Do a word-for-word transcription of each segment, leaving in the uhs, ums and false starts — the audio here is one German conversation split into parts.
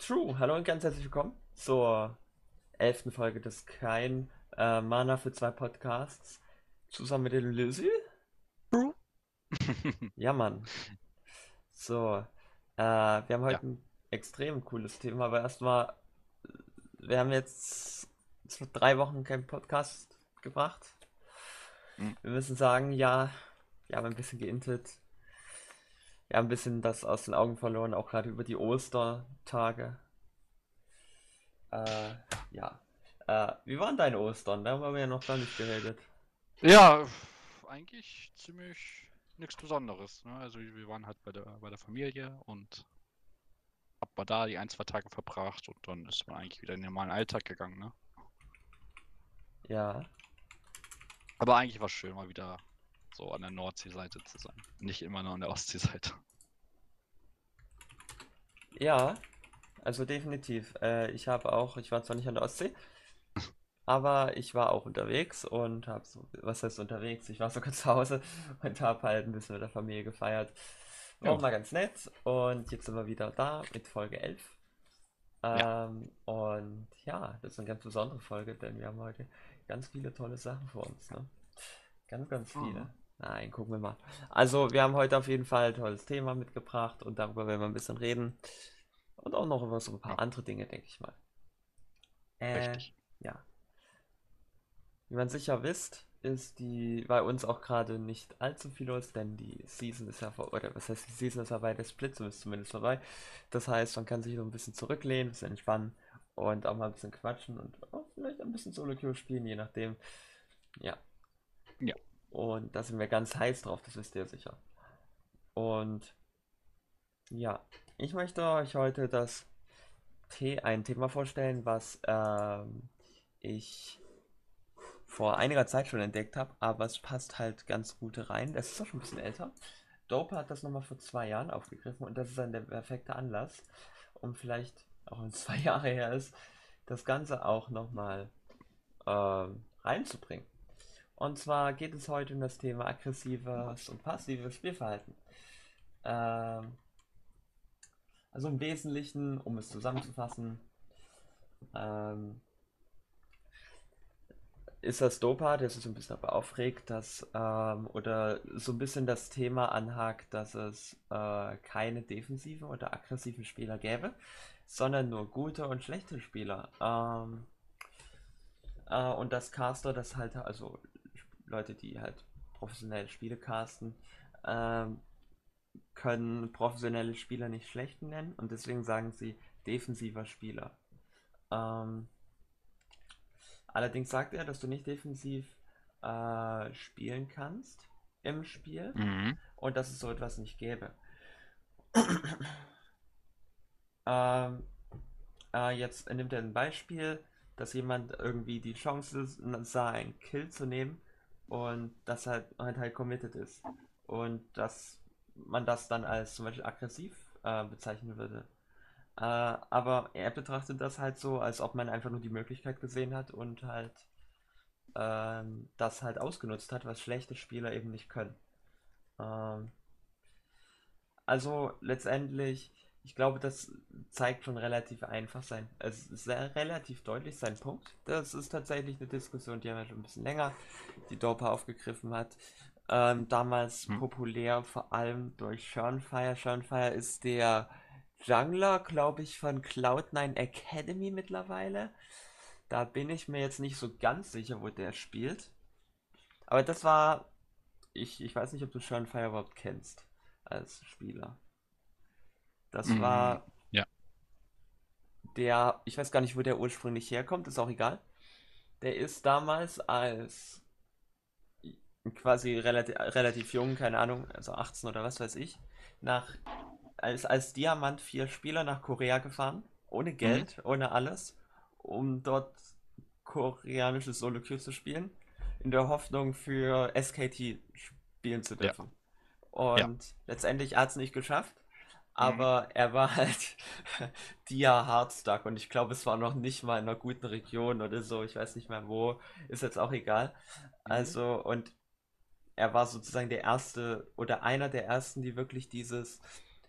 True, hallo und ganz herzlich willkommen zur elften Folge des Kein äh, Mana für zwei Podcasts. Zusammen mit dem Lösel. True. Ja, Mann. So, äh, wir haben Ja. heute ein extrem cooles Thema, aber erstmal, wir haben jetzt so drei Wochen keinen Podcast gebracht. Hm. Wir müssen sagen, ja, wir haben ein bisschen geintet. Wir haben ein bisschen das aus den Augen verloren, auch gerade über die Ostertage. Äh, ja. Äh, wie waren deine Ostern? Darüber haben wir ja noch gar nicht geredet. Ja, eigentlich ziemlich nichts Besonderes. Ne? Also wir waren halt bei der, bei der Familie und hab mal da die ein, zwei Tage verbracht und dann ist man eigentlich wieder in den normalen Alltag gegangen. Ne? Ja. Aber eigentlich war es schön, mal wieder so an der Nordseeseite zu sein. Nicht immer nur an der Ostseeseite. Ja, also definitiv. Äh, ich habe auch, ich war zwar nicht an der Ostsee, aber ich war auch unterwegs und habe so, was heißt unterwegs? Ich war sogar zu Hause und habe halt ein bisschen mit der Familie gefeiert. War auch Ja. mal ganz nett und jetzt sind wir wieder da mit Folge elf. Ja. Ähm, und ja, das ist eine ganz besondere Folge, denn wir haben heute ganz viele tolle Sachen vor uns, ne? Ganz, ganz Mhm. viele. Nein, gucken wir mal. Also, wir haben heute auf jeden Fall ein tolles Thema mitgebracht und darüber werden wir ein bisschen reden. Und auch noch über so ein Ja, paar andere Dinge, denke ich mal. Äh, richtig. ja. Wie man sicher wisst, ist die bei uns auch gerade nicht allzu viel los, denn die Season ist ja vor, oder was heißt die Season ist vorbei, der Split ist zumindest vorbei. Das heißt, man kann sich so ein bisschen zurücklehnen, ein bisschen entspannen und auch mal ein bisschen quatschen und auch vielleicht ein bisschen Solo Queue spielen, je nachdem. Ja. Ja. Und da sind wir ganz heiß drauf, das wisst ihr sicher. Und ja, ich möchte euch heute das The ein Thema vorstellen, was ähm, ich vor einiger Zeit schon entdeckt habe, aber es passt halt ganz gut rein. Es ist auch schon ein bisschen älter. Dope hat das nochmal vor zwei Jahren aufgegriffen und das ist dann der perfekte Anlass, um vielleicht, auch wenn es zwei Jahre her ist, das Ganze auch nochmal ähm, reinzubringen. Und zwar geht es heute um das Thema aggressives und passives Spielverhalten. Ähm, also im Wesentlichen, um es zusammenzufassen, ähm, ist das Dopa, der sich so ein bisschen aber aufregt, dass ähm, oder so ein bisschen das Thema anhakt, dass es äh, keine defensiven oder aggressiven Spieler gäbe, sondern nur gute und schlechte Spieler. Ähm, äh, und dass Caster das halt, also Leute, die halt professionelle Spiele casten, ähm, können professionelle Spieler nicht schlecht nennen und deswegen sagen sie defensiver Spieler. Ähm, Allerdings sagt er, dass du nicht defensiv äh, spielen kannst im Spiel Mhm. und dass es so etwas nicht gäbe. Ähm, äh, Jetzt nimmt er ein Beispiel, dass jemand irgendwie die Chance sah, einen Kill zu nehmen und das halt halt, halt committed ist. Und dass man das dann als zum Beispiel aggressiv äh, bezeichnen würde. Äh, aber er betrachtet das halt so, als ob man einfach nur die Möglichkeit gesehen hat und halt ähm, das halt ausgenutzt hat, was schlechte Spieler eben nicht können. Ähm, also letztendlich, ich glaube, das zeigt schon relativ einfach sein, es ist sehr relativ deutlich sein Punkt. Das ist tatsächlich eine Diskussion, die haben wir schon ein bisschen länger, die Dopa aufgegriffen hat. Ähm, damals Mhm. populär vor allem durch Shurnfire. Shurnfire ist der Jungler, glaube ich, von Cloud nine Academy mittlerweile. Da bin ich mir jetzt nicht so ganz sicher, wo der spielt. Aber das war, ich, ich weiß nicht, ob du Shurnfire überhaupt kennst als Spieler. Das Mhm. war Ja. der, ich weiß gar nicht, wo der ursprünglich herkommt, ist auch egal. Der ist damals als quasi relativ, relativ jung, keine Ahnung, also achtzehn oder was weiß ich, nach, als, als Diamant vier Spieler nach Korea gefahren, ohne Mhm. Geld, ohne alles, um dort koreanisches Solo Queue zu spielen, in der Hoffnung für S K T spielen zu Ja. dürfen. Ja. Und letztendlich hat es nicht geschafft. Mhm. Aber er war halt Dia Hardstuck und ich glaube, es war noch nicht mal in einer guten Region oder so. Ich weiß nicht mehr wo. Ist jetzt auch egal. Mhm. Also, und er war sozusagen der erste oder einer der ersten, die wirklich dieses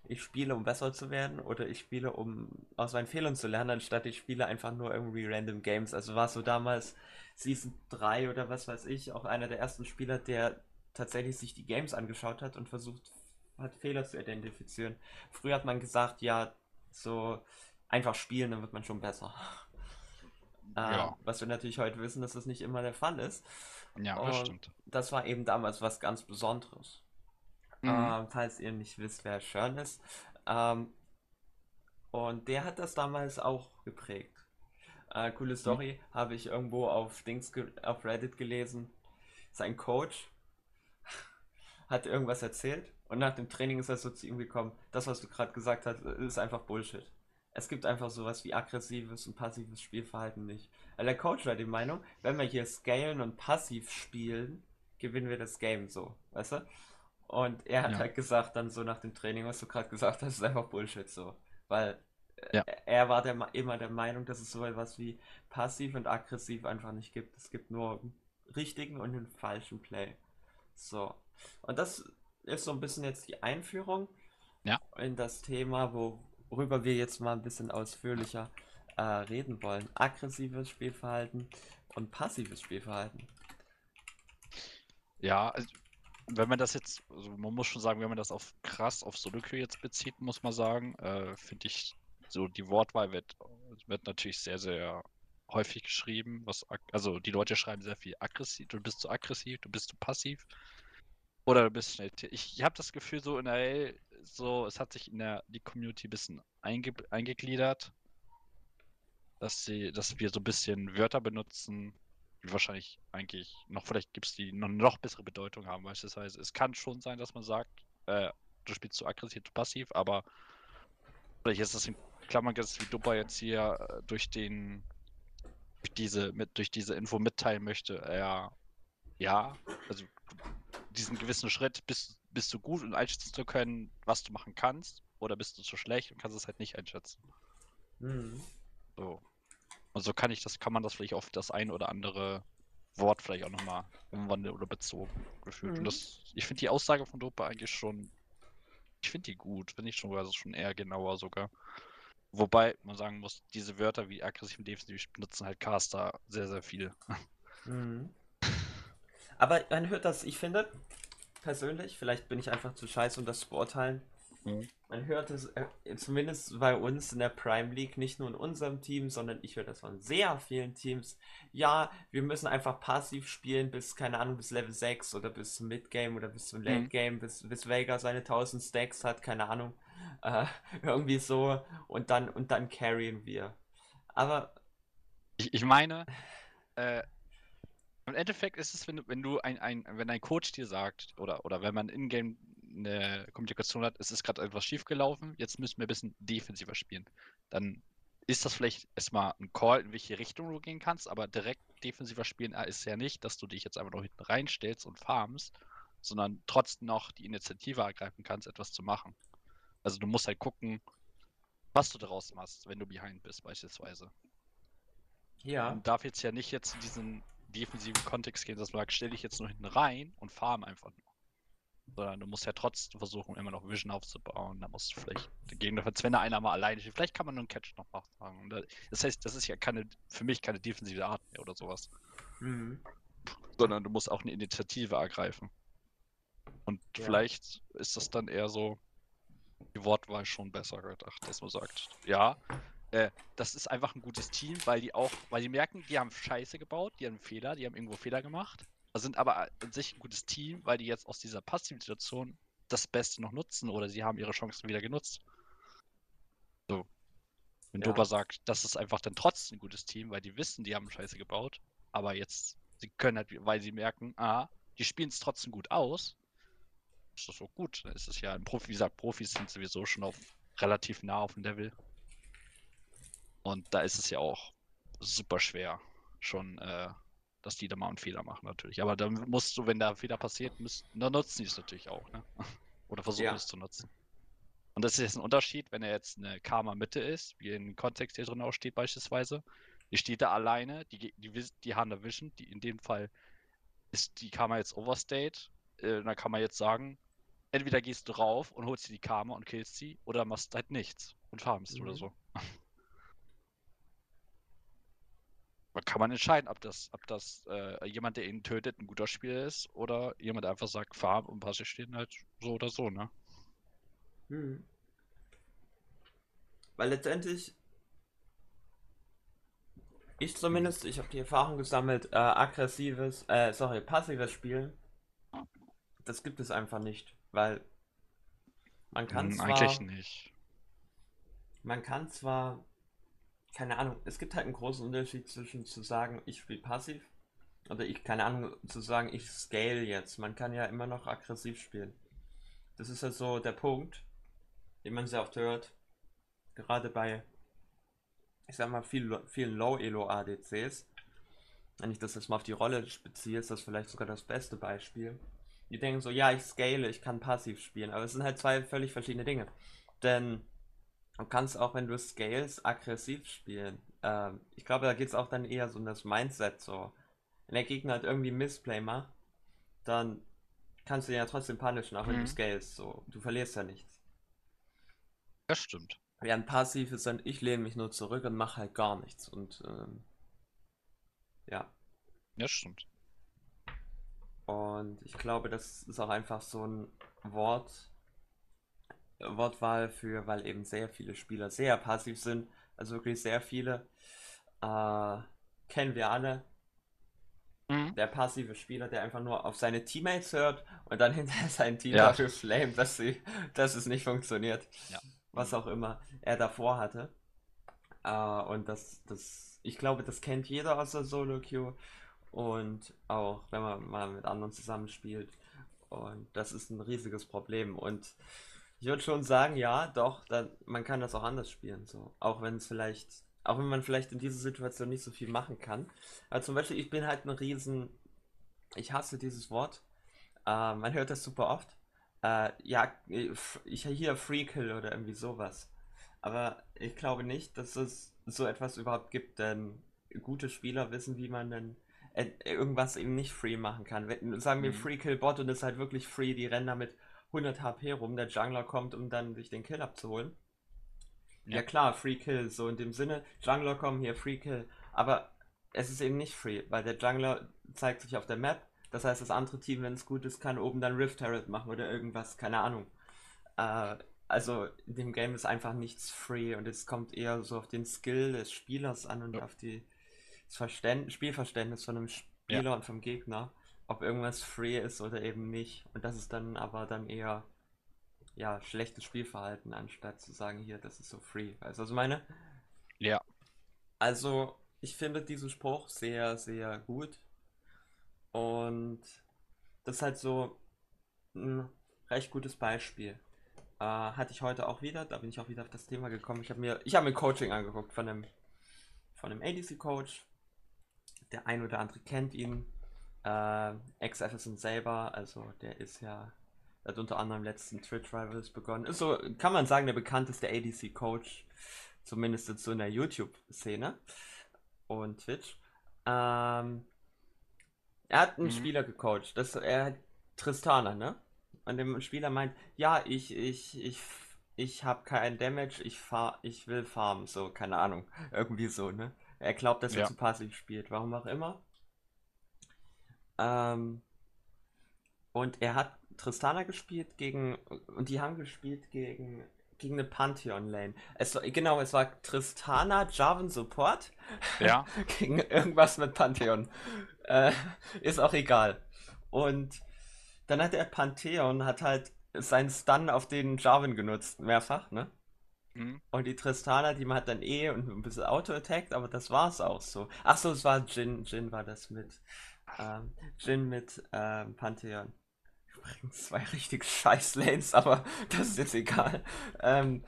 ich spiele, um besser zu werden oder ich spiele, um aus meinen Fehlern zu lernen, anstatt ich spiele einfach nur irgendwie random Games. Also war so damals Season drei oder was weiß ich, auch einer der ersten Spieler, der tatsächlich sich die Games angeschaut hat und versucht hat, Fehler zu identifizieren. Früher hat man gesagt, ja, so einfach spielen, dann wird man schon besser. Äh, Ja, was wir natürlich heute wissen, dass das nicht immer der Fall ist. ja, das Und stimmt. das war eben damals was ganz Besonderes. Mhm. Ähm, falls ihr nicht wisst, wer Shern ist. Ähm, und der hat das damals auch geprägt. Äh, coole Mhm. Story, habe ich irgendwo auf, Dings auf Reddit gelesen. Sein Coach hat irgendwas erzählt und nach dem Training ist er so zu ihm gekommen, das, was du gerade gesagt hast, ist einfach Bullshit. Es gibt einfach sowas wie aggressives und passives Spielverhalten nicht. Weil der Coach war die Meinung, wenn wir hier scalen und passiv spielen, gewinnen wir das Game so, weißt du? Und er hat Ja, halt gesagt, dann so nach dem Training, was du gerade gesagt hast, ist einfach Bullshit so. Weil ja, äh, er war der, immer der Meinung, dass es so etwas wie passiv und aggressiv einfach nicht gibt. Es gibt nur einen richtigen und einen falschen Play. So. Und das ist so ein bisschen jetzt die Einführung ja. in das Thema, worüber wir jetzt mal ein bisschen ausführlicher äh, reden wollen. Aggressives Spielverhalten und passives Spielverhalten. Ja, also, wenn man das jetzt, also man muss schon sagen, wenn man das auf krass auf Sudoku jetzt bezieht, muss man sagen, äh, finde ich, so die Wortwahl wird, wird natürlich sehr, sehr häufig geschrieben. Was, ag- also die Leute schreiben sehr viel aggressiv, du bist zu aggressiv, du bist zu passiv oder du bist schnell. Ich, ich habe das Gefühl, so in der L, so, es hat sich in der die Community ein bisschen einge, eingegliedert, dass sie, dass wir so ein bisschen Wörter benutzen, die wahrscheinlich eigentlich noch, vielleicht gibt es die noch, noch bessere Bedeutung haben. Beispielsweise, es kann schon sein, dass man sagt, äh, du spielst zu aggressiv, zu passiv, aber vielleicht ist das in Klammern gesetzt, wie Dupper jetzt hier äh, durch den, durch diese, mit, durch diese Info mitteilen möchte. Ja, ja, also diesen gewissen Schritt bist, bist du gut und einschätzen zu können, was du machen kannst, oder bist du zu schlecht und kannst es halt nicht einschätzen. Hm. So. Und so kann ich das, kann man das vielleicht auf das ein oder andere Wort vielleicht auch nochmal umwandeln oder bezogen gefühlt. Und Hm. das, ich finde die Aussage von Dope eigentlich schon, ich finde die gut, finde ich schon, also schon eher genauer sogar. Wobei man sagen muss, diese Wörter wie aggressiv und defensiv benutzen halt Caster sehr, sehr viel. Hm. Aber man hört das, ich finde, persönlich, vielleicht bin ich einfach zu scheiße, um das zu beurteilen. Mhm. Man hört es äh, zumindest bei uns in der Prime League, nicht nur in unserem Team, sondern ich höre das von sehr vielen Teams. Ja, wir müssen einfach passiv spielen bis, keine Ahnung, bis Level sechs oder bis zum Midgame oder bis zum Late Mhm. Game, bis, bis Vega seine tausend Stacks hat, keine Ahnung. Äh, irgendwie so. Und dann, und dann carryen wir. Aber, Ich, ich meine, äh, im Endeffekt ist es, wenn du, wenn du ein, ein, wenn ein Coach dir sagt, oder, oder wenn man in-game eine Kommunikation hat, es ist gerade etwas schiefgelaufen, jetzt müssen wir ein bisschen defensiver spielen. Dann ist das vielleicht erstmal ein Call, in welche Richtung du gehen kannst, aber direkt defensiver spielen äh, ist ja nicht, dass du dich jetzt einfach nur hinten reinstellst und farmst, sondern trotzdem noch die Initiative ergreifen kannst, etwas zu machen. Also du musst halt gucken, was du daraus machst, wenn du behind bist, beispielsweise. ja. Man darf jetzt ja nicht jetzt in diesen defensiven Kontext gehen, dass man sagt, stell dich jetzt nur hinten rein und farm einfach nur. Sondern du musst ja trotzdem versuchen, immer noch Vision aufzubauen. Da musst du vielleicht den Gegner, wenn da einer mal alleine steht, vielleicht kann man nur einen Catch noch machen. Das heißt, das ist ja keine, für mich keine defensive Art mehr oder sowas. Mhm. Sondern du musst auch eine Initiative ergreifen. Und Ja. vielleicht ist das dann eher so, die Wortwahl schon besser gedacht, dass man sagt, ja, äh, das ist einfach ein gutes Team, weil die auch, weil die merken, die haben Scheiße gebaut, die haben Fehler, die haben irgendwo Fehler gemacht, sind aber an sich ein gutes Team, weil die jetzt aus dieser passiven Situation das Beste noch nutzen oder sie haben ihre Chancen wieder genutzt. So, wenn Doba Ja. sagt, das ist einfach dann trotzdem ein gutes Team, weil die wissen, die haben Scheiße gebaut, aber jetzt, sie können halt, weil sie merken, ah, die spielen es trotzdem gut aus, ist das so gut. Dann ist es ja ein Profi, wie gesagt, Profis sind sowieso schon auf relativ nah auf dem Level. Und da ist es ja auch super schwer, schon, äh, dass die da mal einen Fehler machen, natürlich. Aber dann musst du, wenn da ein Fehler passiert, müsst, dann nutzen die es natürlich auch, ne? Oder versuchen Ja. es zu nutzen. Und das ist jetzt ein Unterschied, wenn er jetzt eine Karma-Mitte ist, wie im Kontext hier drin auch steht, beispielsweise. Die steht da alleine, die, die, die haben eine Vision, die in dem Fall ist die Karma jetzt Overstate. Äh, dann kann man jetzt sagen, entweder gehst du rauf und holst dir die Karma und killst sie, oder machst halt nichts und farmst oder Mhm. so. Man kann man entscheiden, ob das, ob das äh, jemand, der ihn tötet, ein guter Spieler ist, oder jemand, der einfach sagt, farm und passiv stehen halt so oder so, ne? Mhm. Weil letztendlich, ich zumindest, ich habe die Erfahrung gesammelt, äh, aggressives, äh, sorry, passives Spielen, das gibt es einfach nicht. Weil man kann Hm, eigentlich zwar, nicht. man kann zwar, keine Ahnung, es gibt halt einen großen Unterschied zwischen zu sagen, ich spiele passiv oder ich, keine Ahnung, zu sagen, ich scale jetzt. Man kann ja immer noch aggressiv spielen. Das ist ja so der Punkt, den man sehr oft hört, gerade bei, ich sag mal, viel, vielen Low-Elo-A D Cs. Wenn ich das jetzt mal auf die Rolle beziehe, ist das vielleicht sogar das beste Beispiel. Die denken so, ja, ich scale, ich kann passiv spielen, aber es sind halt zwei völlig verschiedene Dinge. Denn du kannst auch, wenn du scales, aggressiv spielen. Ähm, ich glaube, da geht es auch dann eher so um das Mindset so. Wenn der Gegner halt irgendwie Missplay macht, dann kannst du ihn ja trotzdem punishen, auch wenn du Mhm. scales. So. Du verlierst ja nichts. Das stimmt. Während passiv ist dann, ich lehne mich nur zurück und mache halt gar nichts. Und ähm, ja. Das stimmt. Und ich glaube, das ist auch einfach so ein Wort, Wortwahl für, weil eben sehr viele Spieler sehr passiv sind. Also wirklich sehr viele. Äh, kennen wir alle. Mhm. Der passive Spieler, der einfach nur auf seine Teammates hört und dann hinterher sein Team Ja. dafür flamet, dass, sie, dass es nicht funktioniert. Ja. Was Mhm. auch immer er davor hatte. Äh, und das, das, ich glaube, das kennt jeder aus der Solo-Queue. Und auch wenn man mal mit anderen zusammenspielt. Und das ist ein riesiges Problem. Und ich würde schon sagen, ja, doch, dann, man kann das auch anders spielen. So. Auch wenn es vielleicht, auch wenn man vielleicht in dieser Situation nicht so viel machen kann. Aber zum Beispiel, ich bin halt ein riesen, ich hasse dieses Wort. Äh, man hört das super oft. Äh, ja, ich hier Free Kill oder irgendwie sowas. Aber ich glaube nicht, dass es so etwas überhaupt gibt, denn gute Spieler wissen, wie man denn äh, irgendwas eben nicht free machen kann. Wenn, sagen wir Mhm. Free Kill Bot und ist halt wirklich free, die rennen da mit hundert H P rum, der Jungler kommt, um dann sich den Kill abzuholen. Ja Ja. klar, Free Kill, so in dem Sinne, Jungler kommen hier, Free Kill, aber es ist eben nicht free, weil der Jungler zeigt sich auf der Map, das heißt, das andere Team, wenn es gut ist, kann oben dann Rift Turret machen oder irgendwas, keine Ahnung. Äh, also in dem Game ist einfach nichts free und es kommt eher so auf den Skill des Spielers an und Ja. auf die, das Verständ, Spielverständnis von einem Ja. Spieler und vom Gegner, ob irgendwas free ist oder eben nicht. Und das ist dann aber dann eher ja, schlechtes Spielverhalten, anstatt zu sagen, hier, das ist so free. Weißt du, was ich meine? Ja. Also, ich finde diesen Spruch sehr, sehr gut. Und das ist halt so ein recht gutes Beispiel. Äh, hatte ich heute auch wieder, da bin ich auch wieder auf das Thema gekommen. Ich habe mir, ich habe mir Coaching angeguckt von einem, von einem A D C-Coach. Der ein oder andere kennt ihn. Äh, Ex-F S N selber, also der ist ja, hat unter anderem letzten Twitch Rivals begonnen. Ist so, kann man sagen, der bekannteste A D C-Coach, zumindest jetzt so in der YouTube-Szene und Twitch. Ähm, er hat einen Mhm. Spieler gecoacht, das, er hat Tristana, ne? Und dem Spieler meint, ja, ich, ich, ich, ich habe kein Damage, ich fahr, ich will farmen, so, keine Ahnung, irgendwie so, ne? Er glaubt, dass er Ja. zu passiv spielt, warum auch immer. Ähm, und er hat Tristana gespielt gegen, und die haben gespielt gegen, gegen eine Pantheon-Lane. Es, war- genau, es war Tristana, Jarvan Support Ja. gegen irgendwas mit Pantheon. Äh, ist auch egal. Und dann hat der Pantheon hat halt seinen Stun auf den Jarvan genutzt, mehrfach, ne? Mhm. Und die Tristana, die hat dann eh und ein bisschen Auto-Attacked, aber das war's auch so. Ach so, es war Jin, Jin war das mit, ähm, Jin mit ähm, Pantheon. Übrigens zwei richtig scheiß Lanes, aber das ist jetzt egal. Ähm,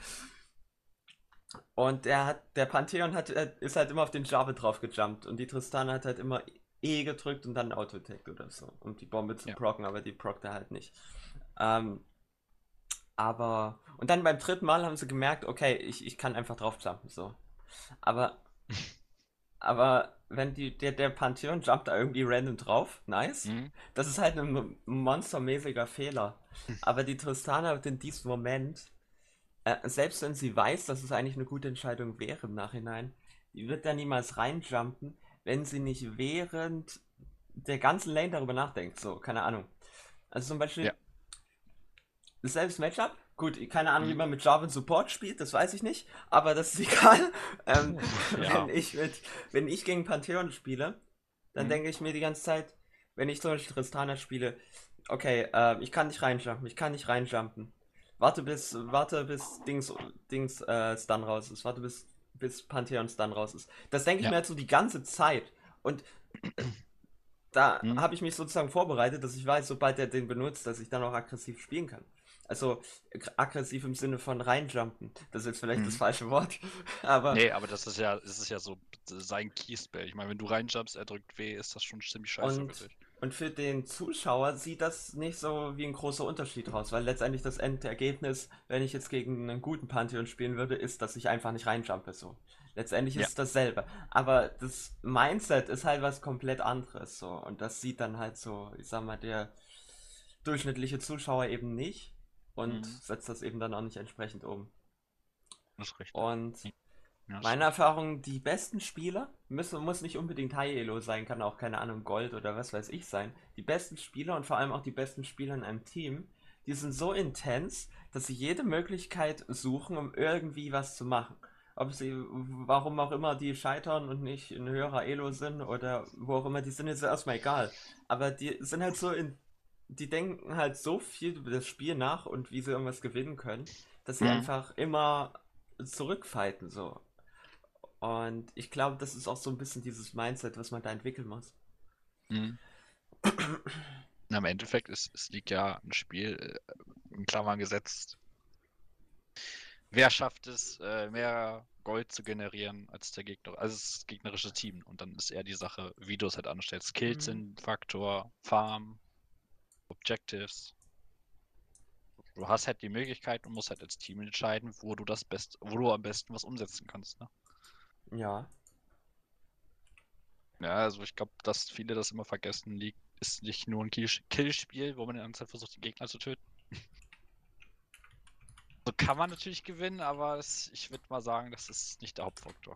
und der hat, der Pantheon hat, äh, ist halt immer auf den Jarvan drauf gejumpt und die Tristana hat halt immer E gedrückt und dann Auto-Attacked oder so, um die Bombe zu Ja. procken, aber die prockt er halt nicht. Ähm, aber, und dann beim dritten Mal haben sie gemerkt, okay, ich, ich kann einfach drauf jumpen, so. Aber, aber wenn die, der, der Pantheon jumpt da irgendwie random drauf, nice. Mhm. Das ist halt ein monstermäßiger Fehler. Aber die Tristana hat in diesem Moment, äh, selbst wenn sie weiß, dass es eigentlich eine gute Entscheidung wäre im Nachhinein, die wird da niemals reinjumpen, wenn sie nicht während der ganzen Lane darüber nachdenkt. So, keine Ahnung. Also zum Ja. Beispiel, selbes Matchup. Gut, keine Ahnung, wie Mhm. man mit Jarvan Support spielt, das weiß ich nicht. Aber das ist egal. Ähm, Puh, wenn ja. ich mit, wenn ich gegen Pantheon spiele, dann Mhm. denke ich mir die ganze Zeit, wenn ich zum Beispiel Tristana spiele, okay, äh, ich kann nicht reinjumpen, ich kann nicht reinjumpen. Warte bis, warte bis Dings, Dings äh, Stun raus ist. Warte bis, bis Pantheon Stun raus ist. Das denke ich Ja. mir halt so die ganze Zeit. Und da Mhm. habe ich mich sozusagen vorbereitet, dass ich weiß, sobald er den benutzt, dass ich dann auch aggressiv spielen kann. Also aggressiv im Sinne von reinjumpen. Das ist jetzt vielleicht das Mhm. falsche Wort. Aber Nee, aber das ist ja, das ist ja so sein Keyspell. Ich meine, wenn du reinjumpst, er drückt W, ist das schon ziemlich scheiße für und, dich. und für den Zuschauer sieht das nicht so wie ein großer Unterschied raus, weil letztendlich das Endergebnis, wenn ich jetzt gegen einen guten Pantheon spielen würde, ist, dass ich einfach nicht reinjumpe. So. Letztendlich ist Ja. es dasselbe. Aber das Mindset ist halt was komplett anderes. So. Und das sieht dann halt so, ich sag mal, der durchschnittliche Zuschauer eben nicht und Mhm. setzt das eben dann auch nicht entsprechend um. Das ist richtig. Und Ja, ist meine richtig. Erfahrung, die besten Spieler, müssen, muss nicht unbedingt High Elo sein, kann auch, keine Ahnung, Gold oder was weiß ich sein. Die besten Spieler und vor allem auch die besten Spieler in einem Team, die sind so intens, dass sie jede Möglichkeit suchen, um irgendwie was zu machen. Ob sie, warum auch immer die scheitern und nicht in höherer Elo sind oder wo auch immer, die sind jetzt erstmal egal. Aber die sind halt so in, die denken halt so viel über das Spiel nach und wie sie irgendwas gewinnen können, dass sie Mhm. einfach immer zurückfighten, so. Und ich glaube, das ist auch so ein bisschen dieses Mindset, was man da entwickeln muss. Mhm. Na, im Endeffekt ist, es liegt ja ein Spiel äh, in Klammern gesetzt. Wer schafft es, äh, mehr Gold zu generieren als der Gegner, also das gegnerische Team? Und dann ist eher die Sache, wie du es halt anstellst. Skills Mhm. sind ein Faktor, Farm, Objectives. Du hast halt die Möglichkeit und musst halt als Team entscheiden, wo du das best, wo du am besten was umsetzen kannst. Ne? Ja, Ja, also ich glaube, dass viele das immer vergessen, liegt, ist nicht nur ein Kill- Killspiel, wo man die ganze Zeit versucht, den Gegner zu töten. So kann man natürlich gewinnen, aber es, ich würde mal sagen, das ist nicht der Hauptfaktor.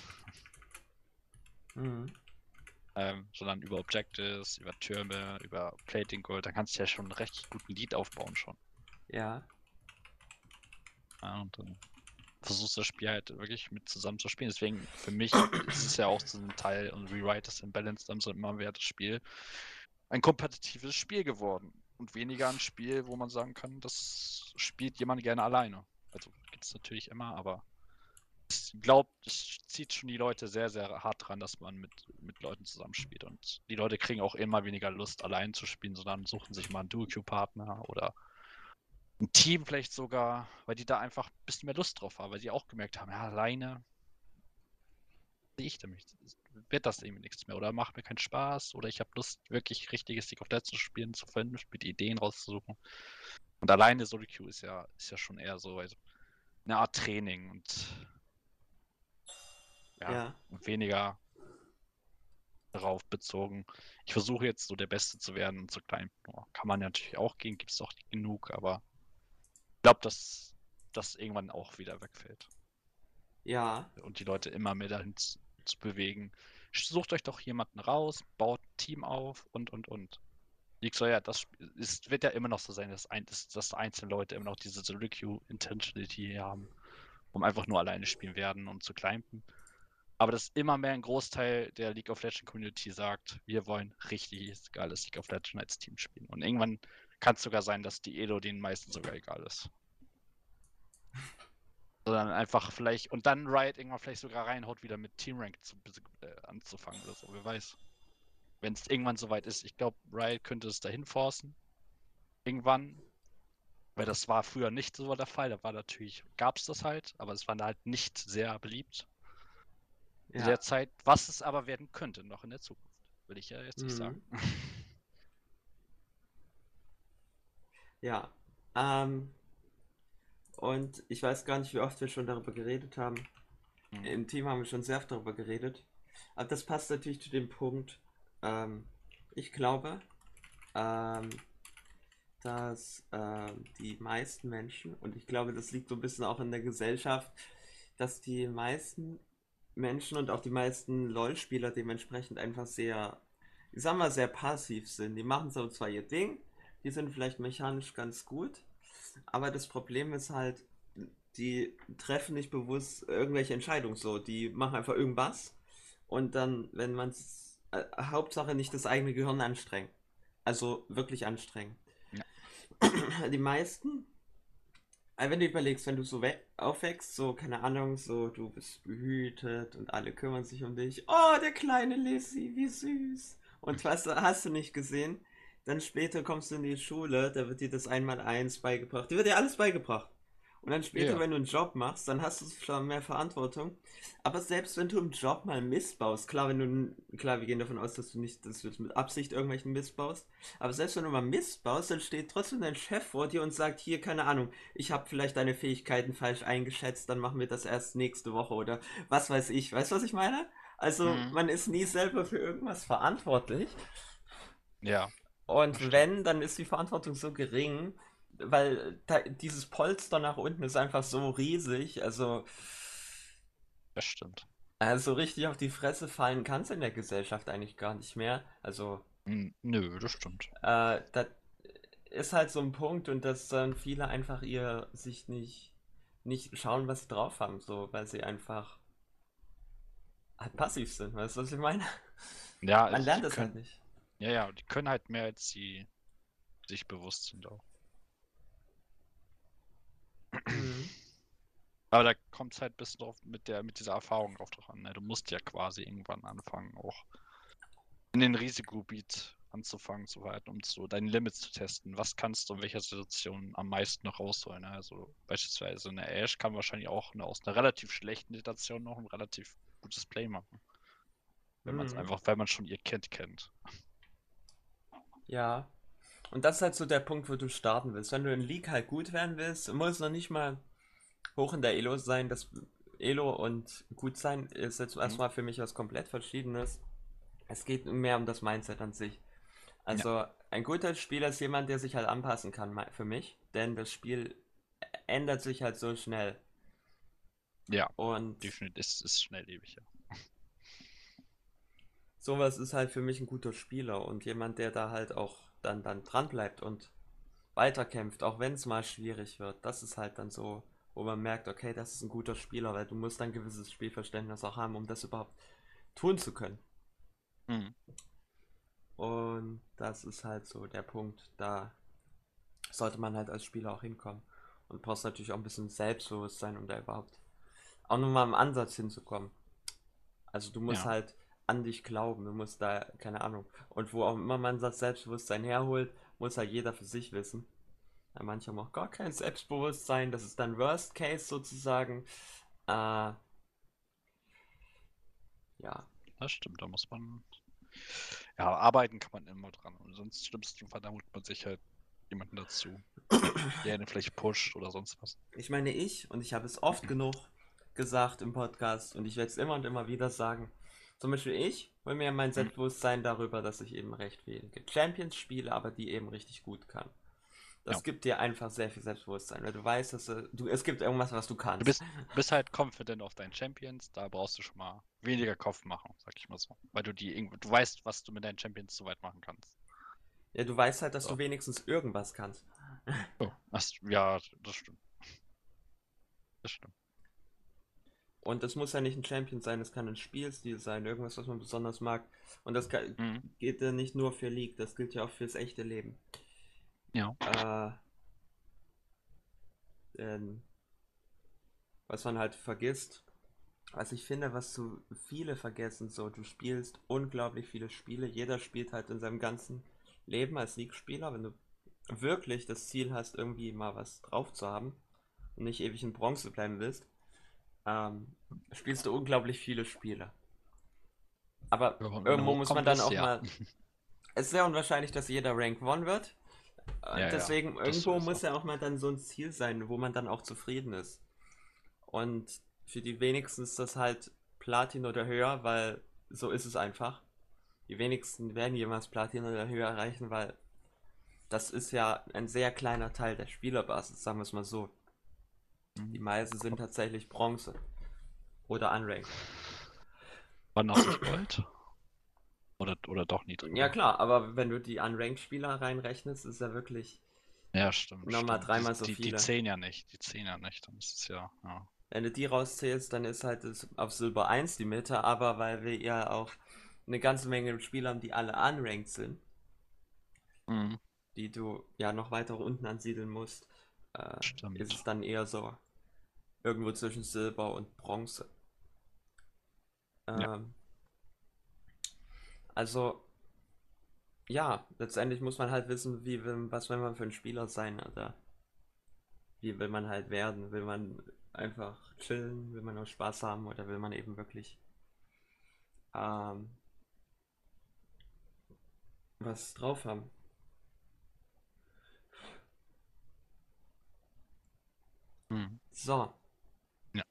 mhm. Ähm, sondern über Objectives, über Türme, über Plating Gold, da kannst du ja schon einen recht guten Lead aufbauen schon. Ja, Ja, und dann versuchst du das Spiel halt wirklich mit zusammen zu spielen. Deswegen, für mich ist es ja auch so ein Teil und Rewrite das in Balance dann so immer mehr das Spiel ein kompetitives Spiel geworden. Und weniger ein Spiel, wo man sagen kann, das spielt jemand gerne alleine. Also gibt es natürlich immer, aber ich glaube, das zieht schon die Leute sehr, sehr hart dran, dass man mit, mit Leuten zusammenspielt. Und die Leute kriegen auch immer weniger Lust, allein zu spielen, sondern suchen sich mal einen Duo-Queue-Partner oder ein Team vielleicht sogar, weil die da einfach ein bisschen mehr Lust drauf haben, weil die auch gemerkt haben, ja, alleine sehe ich damit, wird das irgendwie nichts mehr oder macht mir keinen Spaß oder ich habe Lust, wirklich richtiges League of Legends zu spielen, zu finden, mit Ideen rauszusuchen. Und alleine Solo Queue ist ja, ist ja schon eher so also eine Art Training und ja, ja, und weniger darauf bezogen. Ich versuche jetzt so der Beste zu werden und so klein. Kann man ja natürlich auch gehen, gibt es auch genug, aber ich glaube, dass das irgendwann auch wieder wegfällt. ja, Und die Leute immer mehr dahin zu, zu bewegen. Sucht euch doch jemanden raus, baut ein Team auf und und und. League soll ja, das ist, wird ja immer noch so sein, dass, ein, dass, dass einzelne Leute immer noch diese Solo Queue Intentionality haben, um einfach nur alleine spielen werden und zu climben. Aber dass immer mehr ein Großteil der League of Legends Community sagt, wir wollen richtig geiles League of Legends als Team spielen. Und irgendwann kann es sogar sein, dass die Elo den meisten sogar egal ist. Sondern einfach vielleicht, und dann Riot irgendwann vielleicht sogar reinhaut, wieder mit Team Rank zu, äh, anzufangen oder so, wer weiß. Wenn es irgendwann soweit ist, ich glaube, Riot könnte es dahin forcen. Irgendwann, weil das war früher nicht so der Fall. Da war natürlich, gab es das halt, aber es war halt nicht sehr beliebt zu ja, der Zeit, was es aber werden könnte noch in der Zukunft. Will ich ja jetzt nicht mhm. sagen. Ja. Ähm, und ich weiß gar nicht, wie oft wir schon darüber geredet haben. Mhm. Im Team haben wir schon sehr oft darüber geredet. Aber das passt natürlich zu dem Punkt, ähm, ich glaube, ähm, dass ähm, die meisten Menschen, und ich glaube, das liegt so ein bisschen auch in der Gesellschaft, dass die meisten Menschen und auch die meisten LoL-Spieler dementsprechend einfach sehr, ich sag mal, sehr passiv sind. Die machen so zwar ihr Ding, die sind vielleicht mechanisch ganz gut, aber das Problem ist halt, die treffen nicht bewusst irgendwelche Entscheidungen so. Die machen einfach irgendwas und dann, wenn man es, äh, Hauptsache nicht das eigene Gehirn anstrengen. Also wirklich anstrengen. Ja. Die meisten, äh, wenn du überlegst, wenn du so we- aufwächst, so, keine Ahnung, so, du bist behütet und alle kümmern sich um dich. Oh, der kleine Lissy, wie süß. Und was hast du nicht gesehen? Dann später kommst du in die Schule, da wird dir das Einmaleins beigebracht. Dir wird dir alles beigebracht. Und dann später, Ja. wenn du einen Job machst, dann hast du schon mehr Verantwortung. Aber selbst wenn du im Job mal Mist baust, klar, wenn du, klar, wir gehen davon aus, dass du nicht, dass du jetzt mit Absicht irgendwelchen Mist baust, aber selbst wenn du mal Mist baust, dann steht trotzdem dein Chef vor dir und sagt, hier, keine Ahnung, ich habe vielleicht deine Fähigkeiten falsch eingeschätzt, dann machen wir das erst nächste Woche oder was weiß ich. Weißt du, was ich meine? Also, Mhm. man ist nie selber für irgendwas verantwortlich. Ja, das Und stimmt. wenn, dann ist die Verantwortung so gering, weil da, dieses Polster nach unten ist einfach so riesig. Also, Das stimmt. also richtig auf die Fresse fallen kann es in der Gesellschaft eigentlich gar nicht mehr. Also, Hm, nö, das stimmt. äh, das ist halt so ein Punkt und dass dann viele einfach ihr sich nicht, nicht schauen, was sie drauf haben, so, weil sie einfach halt passiv sind. Weißt du, was ich meine? Ja, Man also die lernt es halt können, nicht. ja, ja, die können halt mehr, als sie sich bewusst sind auch. Mhm. Aber da kommt es halt ein bisschen drauf mit der, mit dieser Erfahrung drauf drauf an. Ne? Du musst ja quasi irgendwann anfangen, auch in den Risikogebiet anzufangen zu halten, um so deine Limits zu testen. Was kannst du in welcher Situation am meisten noch rausholen? Ne? Also beispielsweise eine Ash kann wahrscheinlich auch eine, aus einer relativ schlechten Situation noch ein relativ gutes Play machen. Wenn man es Mhm. einfach, weil man schon ihr Kind kennt. Ja. Und das ist halt so der Punkt, wo du starten willst. Wenn du in League halt gut werden willst, muss noch nicht mal hoch in der Elo sein. Das Elo und gut sein ist jetzt Mhm. erstmal für mich was komplett Verschiedenes. Es geht mehr um das Mindset an sich. Ja, Also ein guter Spieler ist jemand, der sich halt anpassen kann für mich, denn das Spiel ändert sich halt so schnell. ja, Und definitiv. Ist, ist schnelllebig, ja. sowas ist halt für mich ein guter Spieler und jemand, der da halt auch dann, dann dran bleibt und weiterkämpft, auch wenn es mal schwierig wird. Das ist halt dann so, wo man merkt, okay, das ist ein guter Spieler, weil du musst ein gewisses Spielverständnis auch haben, um das überhaupt tun zu können. Mhm. Und das ist halt so der Punkt, da sollte man halt als Spieler auch hinkommen. Und brauchst natürlich auch ein bisschen Selbstbewusstsein, um da überhaupt auch nur mal im Ansatz hinzukommen. Also du musst Ja, halt an dich glauben, du musst da, keine Ahnung. Und wo auch immer man das Selbstbewusstsein herholt, muss halt jeder für sich wissen. Ja, manche haben auch gar kein Selbstbewusstsein, das ist dann Worst Case sozusagen. Äh, ja. das stimmt. Da muss man. Ja, arbeiten kann man immer dran. Und sonst schlimmsten Fall, da holt man sich halt jemanden dazu, der eine vielleicht pusht oder sonst was. Ich meine ich, und ich habe es oft genug gesagt im Podcast und ich werde es immer und immer wieder sagen. Zum Beispiel ich hole mir mein Mhm. Selbstbewusstsein darüber, dass ich eben recht wenige Champions spiele, aber die eben richtig gut kann. Ja. Das gibt dir einfach sehr viel Selbstbewusstsein, weil du weißt, dass du, du es gibt irgendwas, was du Du kannst. bist, bist halt confident auf deinen Champions, da brauchst du schon mal weniger Kopf machen, sag ich mal so. Weil du die irgendwo, du weißt, was du mit deinen Champions so weit machen kannst. Ja, du weißt halt, dass du So. wenigstens irgendwas kannst. Oh, das, ja, das stimmt. Das stimmt. Und das muss ja nicht ein Champion sein, das kann ein Spielstil sein, irgendwas, was man besonders mag. Und das kann, Mhm. geht ja nicht nur für League, das gilt ja auch fürs echte Leben. Ja. Äh, denn was man halt vergisst, was ich finde, was zu viele vergessen, so, du spielst unglaublich viele Spiele, jeder spielt halt in seinem ganzen Leben als League-Spieler, wenn du wirklich das Ziel hast, irgendwie mal was drauf zu haben und nicht ewig in Bronze bleiben willst, ähm, spielst du unglaublich viele Spiele. Aber Ja, und wenn du irgendwo muss man hochkommen dann willst, auch ja. mal. Es ist sehr unwahrscheinlich, dass jeder Rank eins wird. Äh, Ja, ja, Deswegen, das irgendwo sowieso. muss ja auch mal dann so ein Ziel sein, wo man dann auch zufrieden ist. Und für die wenigsten ist das halt Platin oder höher, weil so ist es einfach. Die wenigsten werden jemals Platin oder höher erreichen, weil das ist ja ein sehr kleiner Teil der Spielerbasis, sagen wir es mal so. Die Mhm. meisten sind tatsächlich Bronze oder Unranked. Wann auch nicht Gold? Oder, oder doch Ja niedriger? klar, aber wenn du die Unranked-Spieler reinrechnest, ist ja wirklich Ja, stimmt, nochmal stimmt. Die, dreimal so die, die viele. zehn ja nicht. Die zehn ja nicht. Dann ist es ja, ja. Wenn du die rauszählst, dann ist halt das auf Silber eins die Mitte, aber weil wir ja auch eine ganze Menge Spieler haben, die alle unranked sind, Mhm, die du ja noch weiter unten ansiedeln musst, äh, ist stimmt. es dann eher so irgendwo zwischen Silber und Bronze. Ja. Ähm, also ja, letztendlich muss man halt wissen, wie will, was will man für ein Spieler sein, oder wie will man halt werden? Will man einfach chillen, will man nur Spaß haben oder will man eben wirklich ähm, was drauf haben? Mhm. So, Ja.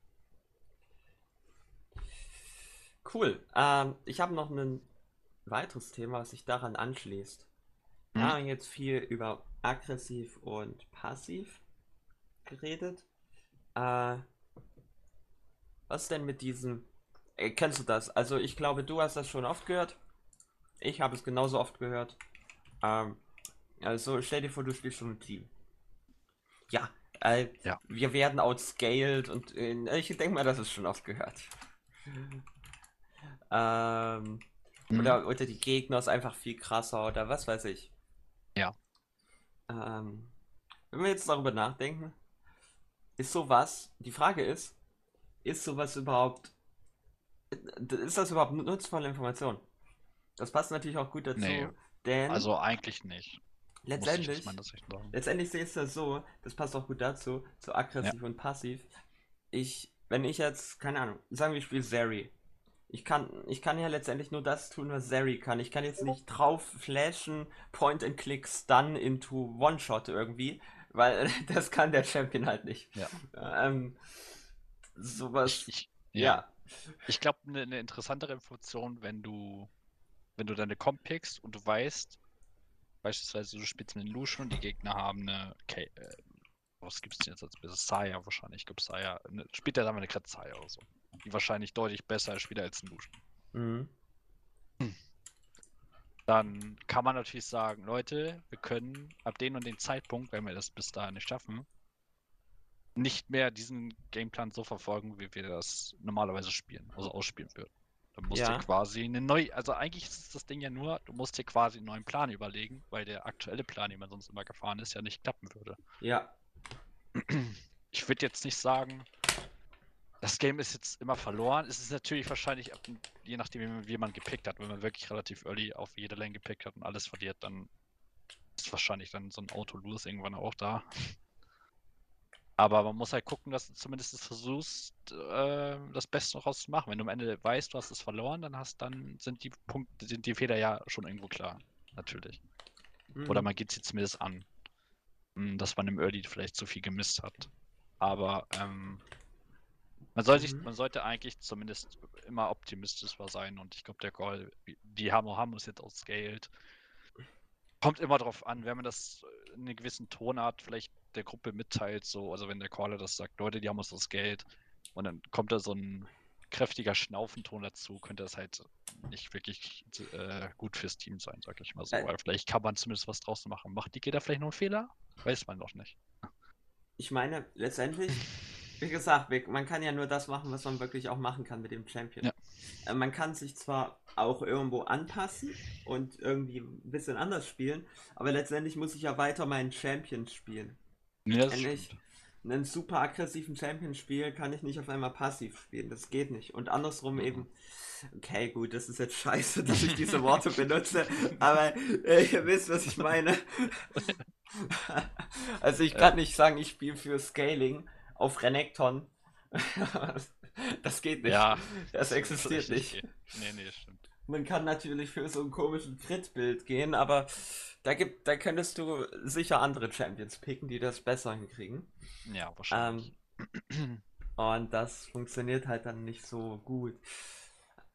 cool. Ähm, ich habe noch ein weiteres Thema, was sich daran anschließt. Wir Mhm. haben jetzt viel über aggressiv und passiv geredet. Äh, was denn mit diesem... Äh, kennst du das? Also ich glaube, du hast das schon oft gehört. Ich habe es genauso oft gehört. Ähm, also stell dir vor, du spielst schon ein Team. Ja, äh, Ja. wir werden outscaled und äh, ich denke mal, das ist schon oft gehört. Ähm, Mhm. oder, oder die Gegner ist einfach viel krasser oder was weiß ich. Ja. Ähm, wenn wir jetzt darüber nachdenken, ist sowas, die Frage ist, ist sowas überhaupt, ist das überhaupt nutzvolle Information? Das passt natürlich auch gut Nee. dazu, denn Also eigentlich nicht. Muss ich aus letztendlich, meiner Sicht sagen. letztendlich sehe ich das so, das passt auch gut dazu, zu Ja. aggressiv und passiv. Ich, wenn ich jetzt, keine Ahnung, sagen wir, ich spiele Zeri. Ich kann, ich kann ja letztendlich nur das tun, was Zeri kann. Ich kann jetzt nicht drauf flashen, Point and Click, Stun into One-Shot irgendwie, weil das kann der Champion halt nicht. Ja. Ähm, Ich, sowas, ich, ja. ja, Ich glaube, eine ne interessantere Information, wenn du, wenn du deine Comp pickst und du weißt, beispielsweise du spielst mit den Lucian und die Gegner haben eine, okay, äh, was gibt's denn jetzt als bestes? Saya wahrscheinlich. Ich glaube, Saya, ne, spielt der dann mal eine Kretz Saya oder so. Die wahrscheinlich deutlich besser spielt als ein Lucian. mhm. Dann kann man natürlich sagen, Leute, wir können ab dem und dem Zeitpunkt, wenn wir das bis dahin nicht schaffen, nicht mehr diesen Gameplan so verfolgen, wie wir das normalerweise spielen, also ausspielen würden. Dann musst du Ja, quasi eine neue, also eigentlich ist das Ding ja nur, du musst dir quasi einen neuen Plan überlegen, weil der aktuelle Plan, den man sonst immer gefahren ist, ja nicht klappen würde. ja, Ich würde jetzt nicht sagen, das Game ist jetzt immer verloren. Es ist natürlich wahrscheinlich, je nachdem, wie man gepickt hat, wenn man wirklich relativ early auf jede Lane gepickt hat und alles verliert, dann ist wahrscheinlich dann so ein Auto-Lose irgendwann auch da. Aber man muss halt gucken, dass du zumindest versuchst, äh, das Beste daraus zu machen. Wenn du am Ende weißt, du hast es verloren, dann hast, dann sind die Punkte, sind die Fehler ja schon irgendwo klar. Natürlich. Oder mhm. man geht sie zumindest an, mh, dass man im Early vielleicht zu viel gemisst hat. Aber ähm, man, soll sich, Mhm. man sollte eigentlich zumindest immer optimistisch sein. Und ich glaube, der Call, die Hamo Hamo ist jetzt outscaled. Kommt immer drauf an, wenn man das in einer gewissen Tonart vielleicht der Gruppe mitteilt, so, also wenn der Caller das sagt, Leute, die haben uns das Geld und dann kommt da so ein kräftiger Schnaufenton dazu, könnte das halt nicht wirklich äh, gut fürs Team sein, sag ich mal so. Äh, Weil vielleicht kann man zumindest was draus machen. Macht die Gegner vielleicht noch einen Fehler? Weiß man noch nicht. ich meine, letztendlich, wie gesagt, man kann ja nur das machen, was man wirklich auch machen kann mit dem Champion. Ja. Äh, Man kann sich zwar auch irgendwo anpassen und irgendwie ein bisschen anders spielen, aber letztendlich muss ich ja weiter meinen Champion spielen. Nee, das Wenn ich stimmt. einen super aggressiven Champion spiele, kann ich nicht auf einmal passiv spielen. Das geht nicht. Und andersrum Mhm. eben, okay, gut, das ist jetzt scheiße, dass ich diese Worte benutze, aber äh, ihr wisst, was ich meine. Also ich Ja, kann nicht sagen, ich spiele für Scaling auf Renekton. Das geht nicht. ja, Das das würde existiert vielleicht nicht nicht. gehen. Nee, nee, das stimmt. Man kann natürlich für so einen komischen Crit-Bild gehen, aber da gibt, da könntest du sicher andere Champions picken, die das besser hinkriegen. Ja, Ähm, wahrscheinlich. und das funktioniert halt dann nicht so gut.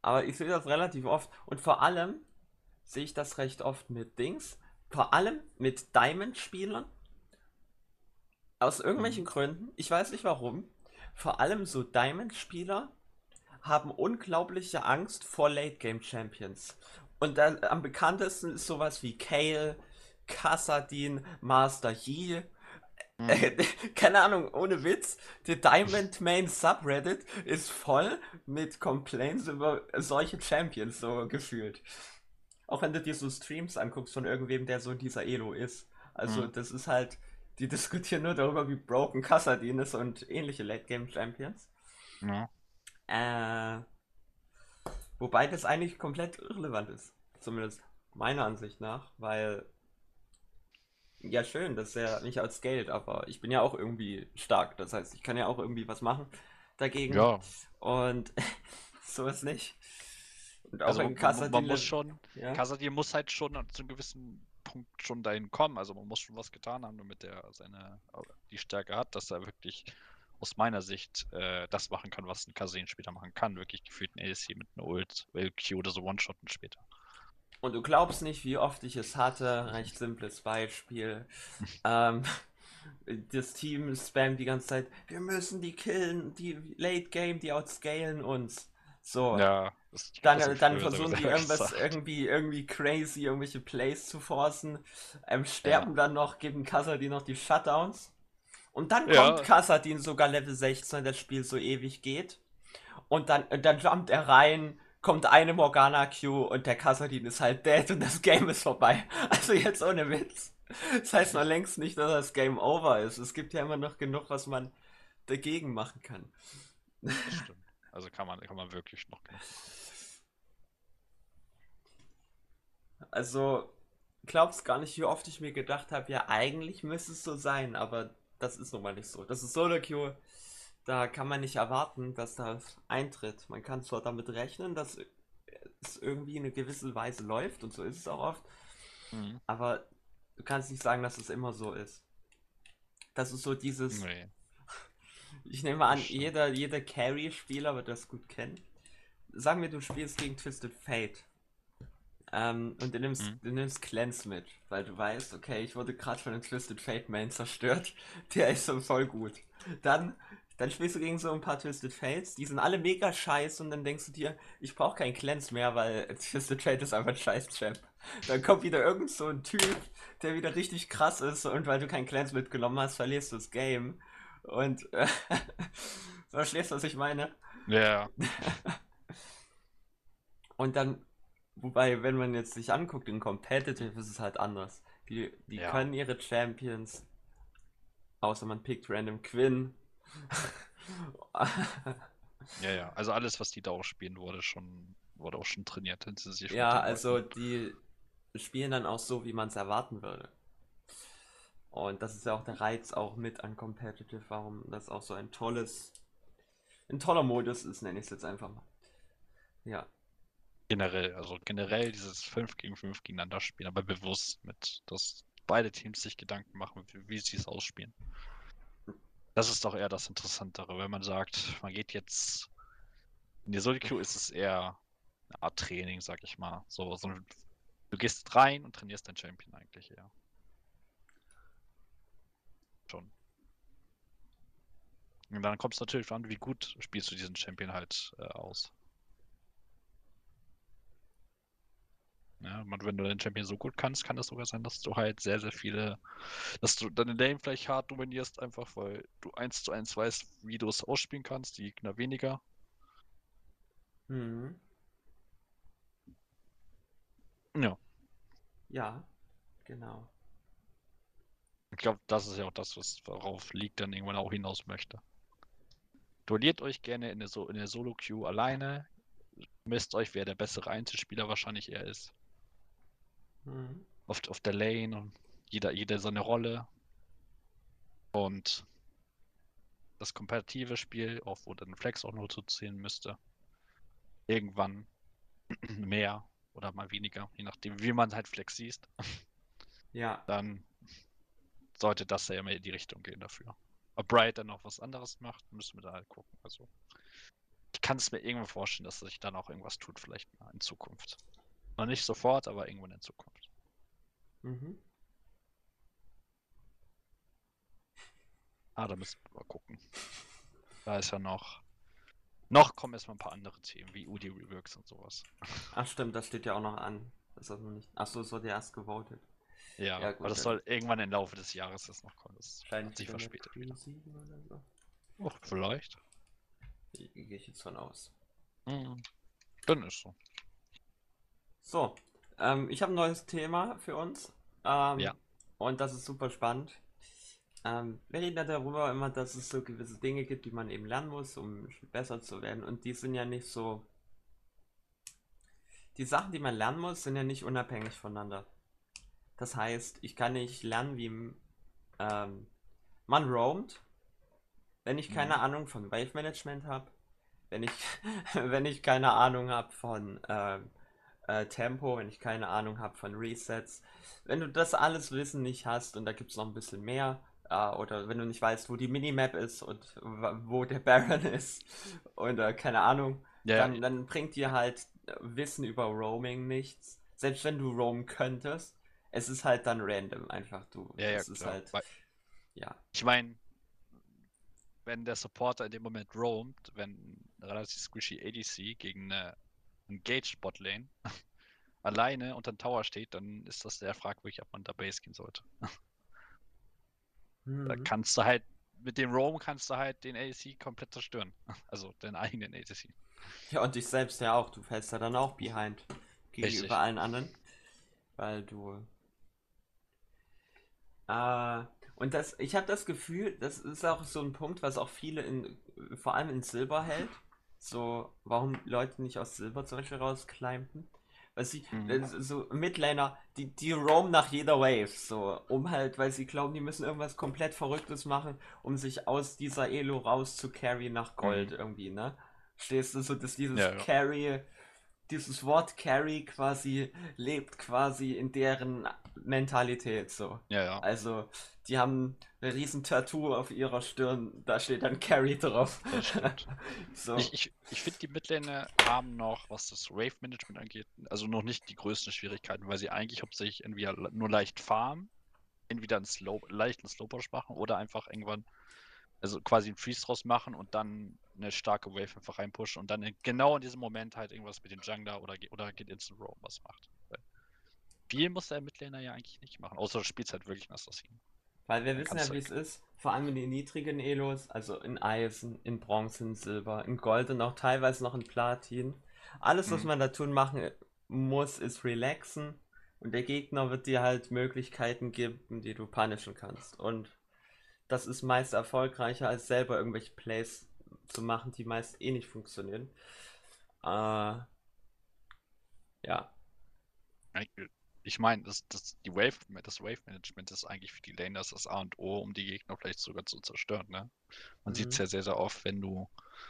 Aber ich sehe das relativ oft. Und vor allem sehe ich das recht oft mit Dings. Vor allem mit Diamond-Spielern. Aus irgendwelchen Mhm. Gründen. Ich weiß nicht warum. Vor allem so Diamond-Spieler haben unglaubliche Angst vor Late-Game-Champions. Und da, am bekanntesten ist sowas wie Kale, Kassadin, Master Yi. Mhm. Äh, keine Ahnung, ohne Witz. Der Diamond Main Subreddit ist voll mit Complaints über solche Champions, so gefühlt. Auch wenn du dir so Streams anguckst von irgendwem, der so in dieser Elo ist. Also, Mhm. das ist halt, die diskutieren nur darüber, wie broken Kassadin ist und ähnliche Late Game Champions. Ja. Äh, wobei das eigentlich komplett irrelevant ist. Zumindest meiner Ansicht nach, weil, ja, schön, das ist ja nicht als Geld, aber ich bin ja auch irgendwie stark. Das heißt, ich kann ja auch irgendwie was machen dagegen. Ja, Und so ist nicht. Und auch also wenn man, man, man Kassadin, muss schon, ja, Kasadin muss halt schon zu einem gewissen Punkt schon dahin kommen. Also man muss schon was getan haben, damit er seine die Stärke hat, dass er wirklich aus meiner Sicht äh, das machen kann, was ein Kasadin später machen kann. Wirklich gefühlt ein A D C mit einer Ult, Will Q oder so One-Shotten später. und du glaubst nicht, wie oft ich es hatte. Recht simples Beispiel. Ähm, das Team spammt die ganze Zeit, wir müssen die killen, die Late Game, die outscalen uns. So, Ja, das, ich glaube, das dann, habe ich dann früher versuchen die selber irgendwas gesagt. irgendwie, irgendwie crazy, irgendwelche Plays zu forcen, ähm, Ja. sterben dann noch, geben Kassadin noch die Shutdowns. Und dann kommt Ja. Kassadin sogar Level sechzehn, das Spiel so ewig geht. Und dann, und dann jumpt er rein, kommt eine Morgana Q und der Kassadin ist halt dead und das Game ist vorbei. Also jetzt ohne Witz. Das heißt noch längst nicht, dass das Game over ist. Es gibt ja immer noch genug, was man dagegen machen kann. Das stimmt. Also kann man, kann man wirklich noch genug machen. Also, glaubst gar nicht, wie oft ich mir gedacht habe, ja, eigentlich müsste es so sein, aber das ist nun mal nicht so. Das ist Solo Queue. Da kann man nicht erwarten, dass das eintritt. Man kann zwar damit rechnen, dass es irgendwie in eine gewisse Weise läuft und so ist es auch oft, Mhm. aber du kannst nicht sagen, dass es immer so ist. Das ist so dieses, Nee, ich nehme das an, stimmt. jeder, jeder Carry-Spieler wird das gut kennen. Sagen wir, du spielst gegen Twisted Fate. Ähm, und du nimmst, Mhm. du nimmst Cleanse mit, weil du weißt, okay, ich wurde gerade von dem Twisted Fate Main zerstört. Der ist so voll gut. Dann, dann spielst du gegen so ein paar Twisted Fates, die sind alle mega scheiße und dann denkst du dir, ich brauche keinen Cleanse mehr, weil Twisted Fate ist einfach ein scheiß Champ. Dann kommt wieder irgend so ein Typ, der wieder richtig krass ist und weil du keinen Cleanse mitgenommen hast, verlierst du das Game. Und äh, verstehst du, was ich meine? Ja, Und dann, wobei, wenn man jetzt sich anguckt, in Competitive ist es halt anders. Die, die ja. können ihre Champions, außer man pickt Random Quinn. Ja, ja. Also alles, was die da auch spielen, wurde schon, wurde auch schon trainiert intensiv mit Ja, den Leuten. also die spielen dann auch so, wie man es erwarten würde. Und das ist ja auch der Reiz auch mit an Competitive, warum das auch so ein tolles, ein toller Modus ist, nenne ich es jetzt einfach mal. Ja, Generell, also generell dieses fünf gegen fünf gegeneinander spielen, aber bewusst mit, dass beide Teams sich Gedanken machen, wie, wie sie es ausspielen. Das ist doch eher das Interessantere, wenn man sagt, man geht jetzt in die Solo Queue, ist es eher eine Art Training, sag ich mal. So, so ein, du gehst rein und trainierst deinen Champion eigentlich eher. Schon. Und dann kommt es natürlich an, wie gut spielst du diesen Champion halt äh, aus. Ja, man, wenn du den Champion so gut kannst, kann es sogar sein, dass du halt sehr, sehr viele, dass du deine Lane vielleicht hart dominierst, einfach weil du eins zu eins weißt, wie du es ausspielen kannst, die Gegner weniger. mhm. Ja, Ja, genau. ich glaube, das ist ja auch das, was worauf League dann irgendwann auch hinaus möchte. Duelliert euch gerne in der, so in der Solo-Queue alleine, misst euch, wer der bessere Einzelspieler wahrscheinlich eher ist. Mhm. Auf, auf der Lane und jeder, jeder seine Rolle. Und das kompetitive Spiel, auch wo dann Flex auch nur zuzählen müsste, irgendwann mehr oder mal weniger, je nachdem, wie man halt Flex sieht, Ja, dann sollte das ja immer in die Richtung gehen dafür. Ob Bright dann noch was anderes macht, müssen wir da halt gucken. Also, ich kann es mir irgendwann vorstellen, dass sich dann auch irgendwas tut, vielleicht mal in Zukunft. Noch nicht sofort, aber irgendwann in Zukunft. Mhm. Ah, da müssen wir mal gucken. Da ist ja noch. Noch kommen erstmal ein paar andere Themen, wie U D Reworks und sowas. Ach stimmt, das steht ja auch noch an. Das ist noch nicht. Achso, es wurde erst gewotet. Ja, Ja aber gut, das dann soll irgendwann im Laufe des Jahres das noch kommen. Das hat wahrscheinlich sich wieder eine verspätet wieder. Pre-Sieben oder so. Oh, vielleicht. Gehe ich jetzt von aus. Hm. Dann ist so. So, ähm, ich habe ein neues Thema für uns. Ja. Ähm, und das ist super spannend. Ähm, wir reden ja darüber immer, dass es so gewisse Dinge gibt, die man eben lernen muss, um besser zu werden. Und die sind ja nicht so. Die Sachen, die man lernen muss, sind ja nicht unabhängig voneinander. Das heißt, ich kann nicht lernen, wie ähm, man roamt, wenn ich keine Mhm. Ahnung von Wave Management habe, wenn ich, wenn ich keine Ahnung habe von ähm, äh, Tempo, wenn ich keine Ahnung habe von Resets. Wenn du das alles Wissen nicht hast und da gibt es noch ein bisschen mehr, äh, oder wenn du nicht weißt, wo die Minimap ist und wo der Baron ist und äh, keine Ahnung, Ja, dann, dann bringt dir halt Wissen über Roaming nichts. Selbst wenn du roamen könntest, es ist halt dann random einfach. Du, ja, ja, das ist klar. halt, Weil, ja. ich meine, wenn der Supporter in dem Moment roamt, wenn ein relativ squishy A D C gegen eine Engaged Botlane alleine unter dem Tower steht, dann ist das sehr fragwürdig, ob man da Base gehen sollte. Da Hm. kannst du halt, mit dem Roam kannst du halt den A D C komplett zerstören. Also den eigenen A D C. Ja, und dich selbst ja auch. Du fällst ja dann auch behind gegenüber Richtig. allen anderen, weil du Äh, und das, ich habe das Gefühl, das ist auch so ein Punkt, was auch viele in, vor allem in Silber hält. So, warum Leute nicht aus Silber zum Beispiel rausclimben. Weil sie, Mhm. das ist so Midlaner, die, die roam nach jeder Wave, so, um halt, weil sie glauben, die müssen irgendwas komplett Verrücktes machen, um sich aus dieser Elo raus zu carry nach Gold Mhm. irgendwie, ne? Stehst du so, dass dieses Ja, ja. Carry, dieses Wort Carry quasi lebt quasi in deren Mentalität so. Ja, ja. Also, die haben ein riesen Tattoo auf ihrer Stirn, da steht dann Carry drauf. Das stimmt. So. Ich, ich, ich finde, die Midlaner haben noch, was das Wave-Management angeht, also noch nicht die größten Schwierigkeiten, weil sie eigentlich hauptsächlich entweder le- nur leicht farmen, entweder einen Slow, leichten Slowpush machen oder einfach irgendwann, also quasi einen Freeze draus machen und dann eine starke Wave einfach reinpushen und dann in, genau in diesem Moment halt irgendwas mit dem Jungler oder, ge- oder geht Instant Roam was macht. Weil viel muss der Midlaner ja eigentlich nicht machen, außer du spielst halt wirklich einen Assassin. Weil wir Dann wissen kannst ja, du, wie es ist, vor allem in den niedrigen Elos, also in Eisen, in Bronze, in Silber, in Gold und auch teilweise noch in Platin. Alles, was hm, man da tun machen muss, ist relaxen und der Gegner wird dir halt Möglichkeiten geben, die du punishen kannst. Und das ist meist erfolgreicher, als selber irgendwelche Plays zu machen, die meist eh nicht funktionieren. Äh, ja. ich meine, das, das, die Wave, das Wave-Management ist eigentlich für die Laners das A und O, um die Gegner vielleicht sogar zu zerstören, ne? Man sieht es Mhm. ja sehr, sehr oft, wenn du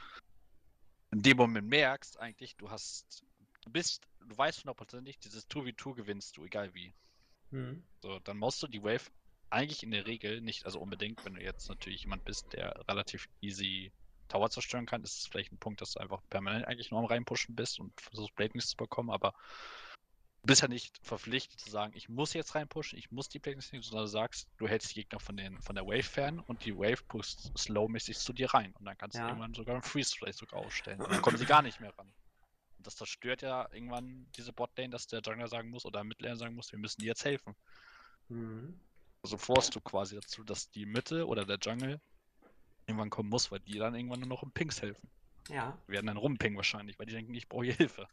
in dem Moment merkst, eigentlich, du hast, du bist, du weißt hundertprozentig, dieses zwei gegen zwei gewinnst du, egal wie. Mhm. So, dann musst du die Wave eigentlich in der Regel nicht, also unbedingt, wenn du jetzt natürlich jemand bist, der relativ easy Tower zerstören kann, ist es vielleicht ein Punkt, dass du einfach permanent eigentlich nur am reinpushen bist und versuchst Bladings zu bekommen, aber du bist ja nicht verpflichtet zu sagen, ich muss jetzt reinpushen, ich muss die Bladings nehmen, sondern du sagst, du hältst die Gegner von, den, von der Wave fern und die Wave pusht slowmäßig zu dir rein und dann kannst du Ja. irgendwann sogar einen Freeze vielleicht sogar aufstellen und dann kommen sie gar nicht mehr ran. Und das zerstört ja irgendwann diese Botlane, dass der Jungler sagen muss oder der Midlaner sagen muss, wir müssen dir jetzt helfen. Mhm. Also forst du quasi dazu, dass die Mitte oder der Jungle irgendwann kommen muss, weil die dann irgendwann nur noch im Pings helfen. Ja. Die werden dann rumpingen wahrscheinlich, weil die denken, ich brauche hier Hilfe.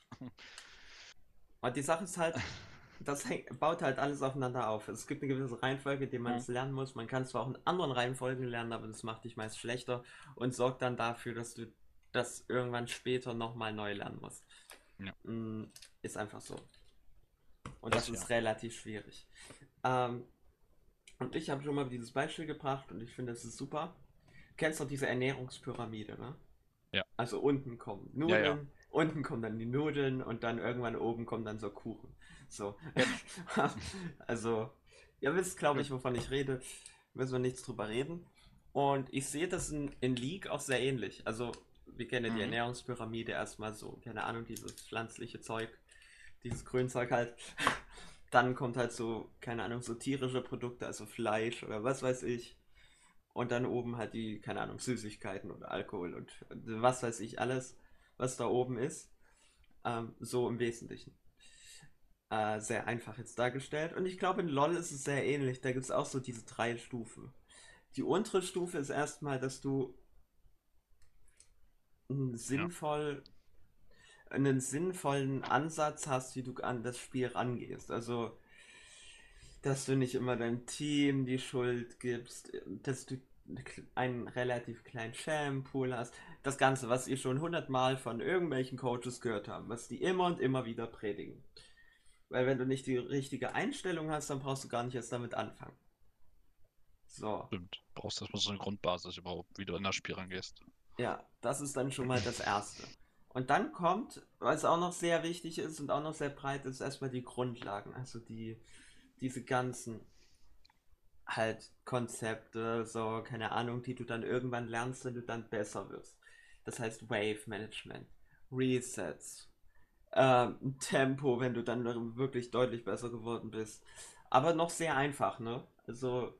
Und die Sache ist halt, das häng- baut halt alles aufeinander auf. Es gibt eine gewisse Reihenfolge, die man Mhm. es lernen muss. Man kann zwar auch in anderen Reihenfolgen lernen, aber das macht dich meist schlechter und sorgt dann dafür, dass du das irgendwann später nochmal neu lernen musst. Ja, Mm, Ist einfach so. Und das das ja. ist relativ schwierig. Ähm, und ich habe schon mal dieses Beispiel gebracht und ich finde, es ist super. Du kennst doch diese Ernährungspyramide, ne? Ja, Also unten kommen ja, ja. Nudeln, unten kommen dann die Nudeln und dann irgendwann oben kommt dann so Kuchen. So. Genau. Also, ihr wisst, glaube Ja. ich, wovon ich rede. Müssen wir nichts drüber reden. Und ich sehe das in, in League auch sehr ähnlich. Also, wir kennen ja die Mhm. Ernährungspyramide erstmal so, keine Ahnung, dieses pflanzliche Zeug, dieses Grünzeug halt. Dann kommt halt so, keine Ahnung, so tierische Produkte, also Fleisch oder was weiß ich. Und dann oben halt die, keine Ahnung, Süßigkeiten oder Alkohol und was weiß ich alles, was da oben ist. Ähm, so im Wesentlichen. Äh, sehr einfach jetzt dargestellt. Und ich glaube, in LoL ist es sehr ähnlich. Da gibt es auch so diese drei Stufen. Die untere Stufe ist erstmal, dass du einen, Ja. sinnvoll, einen sinnvollen Ansatz hast, wie du an das Spiel rangehst. Also, dass du nicht immer deinem Team die Schuld gibst, dass du einen relativ kleinen Sham-Pool hast. Das Ganze, was ihr schon hundertmal von irgendwelchen Coaches gehört haben, was die immer und immer wieder predigen. Weil wenn du nicht die richtige Einstellung hast, dann brauchst du gar nicht erst damit anfangen. So, Stimmt. Brauchst erstmal so eine Grundbasis überhaupt, wie du in das Spiel rangehst. ja, das ist dann schon mal das Erste. Und dann kommt, was auch noch sehr wichtig ist und auch noch sehr breit ist, erstmal die Grundlagen. Also die, diese ganzen halt Konzepte, so, keine Ahnung, die du dann irgendwann lernst, wenn du dann besser wirst. Das heißt Wave Management, Resets, ähm, Tempo, wenn du dann wirklich deutlich besser geworden bist. Aber noch sehr einfach, ne? Also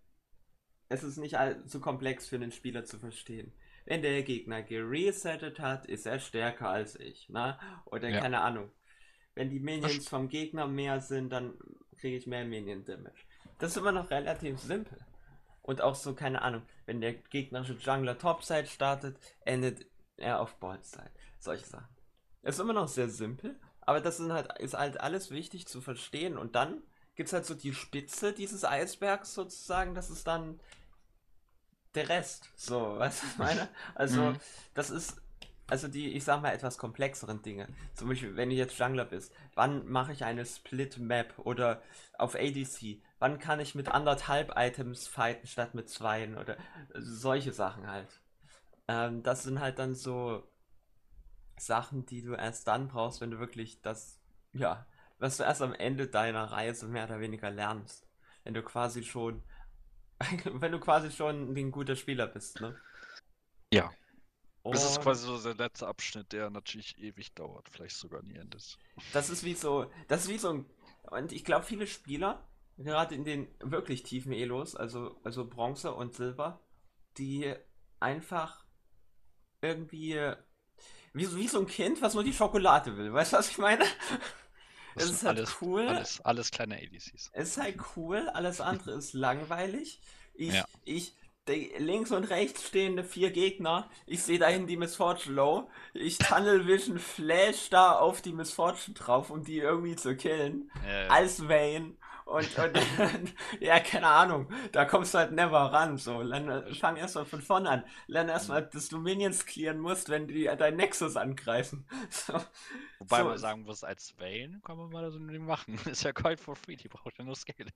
es ist nicht allzu komplex für den Spieler zu verstehen. Wenn der Gegner geresettet hat, ist er stärker als ich, ne? Oder Ja, keine Ahnung. Wenn die das Minions stimmt. vom Gegner mehr sind, dann kriege ich mehr Minion Damage. Das ist immer noch relativ simpel. Und auch so, keine Ahnung, wenn der gegnerische Jungler Topside startet, endet er auf Boardside. Solche Sachen. Ist immer noch sehr simpel, aber das sind halt, ist halt alles wichtig zu verstehen. Und dann gibt es halt so die Spitze dieses Eisbergs sozusagen, das ist dann der Rest. So, weißt du, was ich meine? Also, Mhm. das ist, also die, ich sag mal, etwas komplexeren Dinge. Zum Beispiel, wenn du jetzt Jungler bist, wann mache ich eine Split-Map oder auf A D C? Wann kann ich mit anderthalb Items fighten statt mit zweien oder solche Sachen halt. Ähm, das sind halt dann so Sachen, die du erst dann brauchst, wenn du wirklich das, ja, was du erst am Ende deiner Reise mehr oder weniger lernst. Wenn du quasi schon, wenn du quasi schon ein guter Spieler bist, ne? Ja. Das ist Und quasi so der letzte Abschnitt, der natürlich ewig dauert, vielleicht sogar nie endet. das ist wie so, das ist wie so ein, und ich glaube, viele Spieler, gerade in den wirklich tiefen Elos, also, also Bronze und Silber, die einfach irgendwie, wie, so- wie so ein Kind, was nur die Schokolade will. Weißt du, was ich meine? Das Es sind ist halt alles, cool, alles, alles kleine A D Cs. es ist halt cool, alles andere ist langweilig. Ja. Ich, ich, die links und rechts stehende vier Gegner, ich sehe dahin die Miss Fortune Low, ich Tunnel Vision Flash da auf die Miss Fortune drauf, um die irgendwie zu killen, Ja, ja. als Vayne. Und, und ja, keine Ahnung, da kommst du halt never ran. So, Lern, Das fang stimmt. erstmal von vorne an. Lern Mhm. erstmal, dass du Minions clearen musst, wenn die dein Nexus angreifen. So, Wobei so man sagen muss, als Vayne kann man mal so ein Ding machen. Ist ja Coin for free, die braucht ja nur Scaling.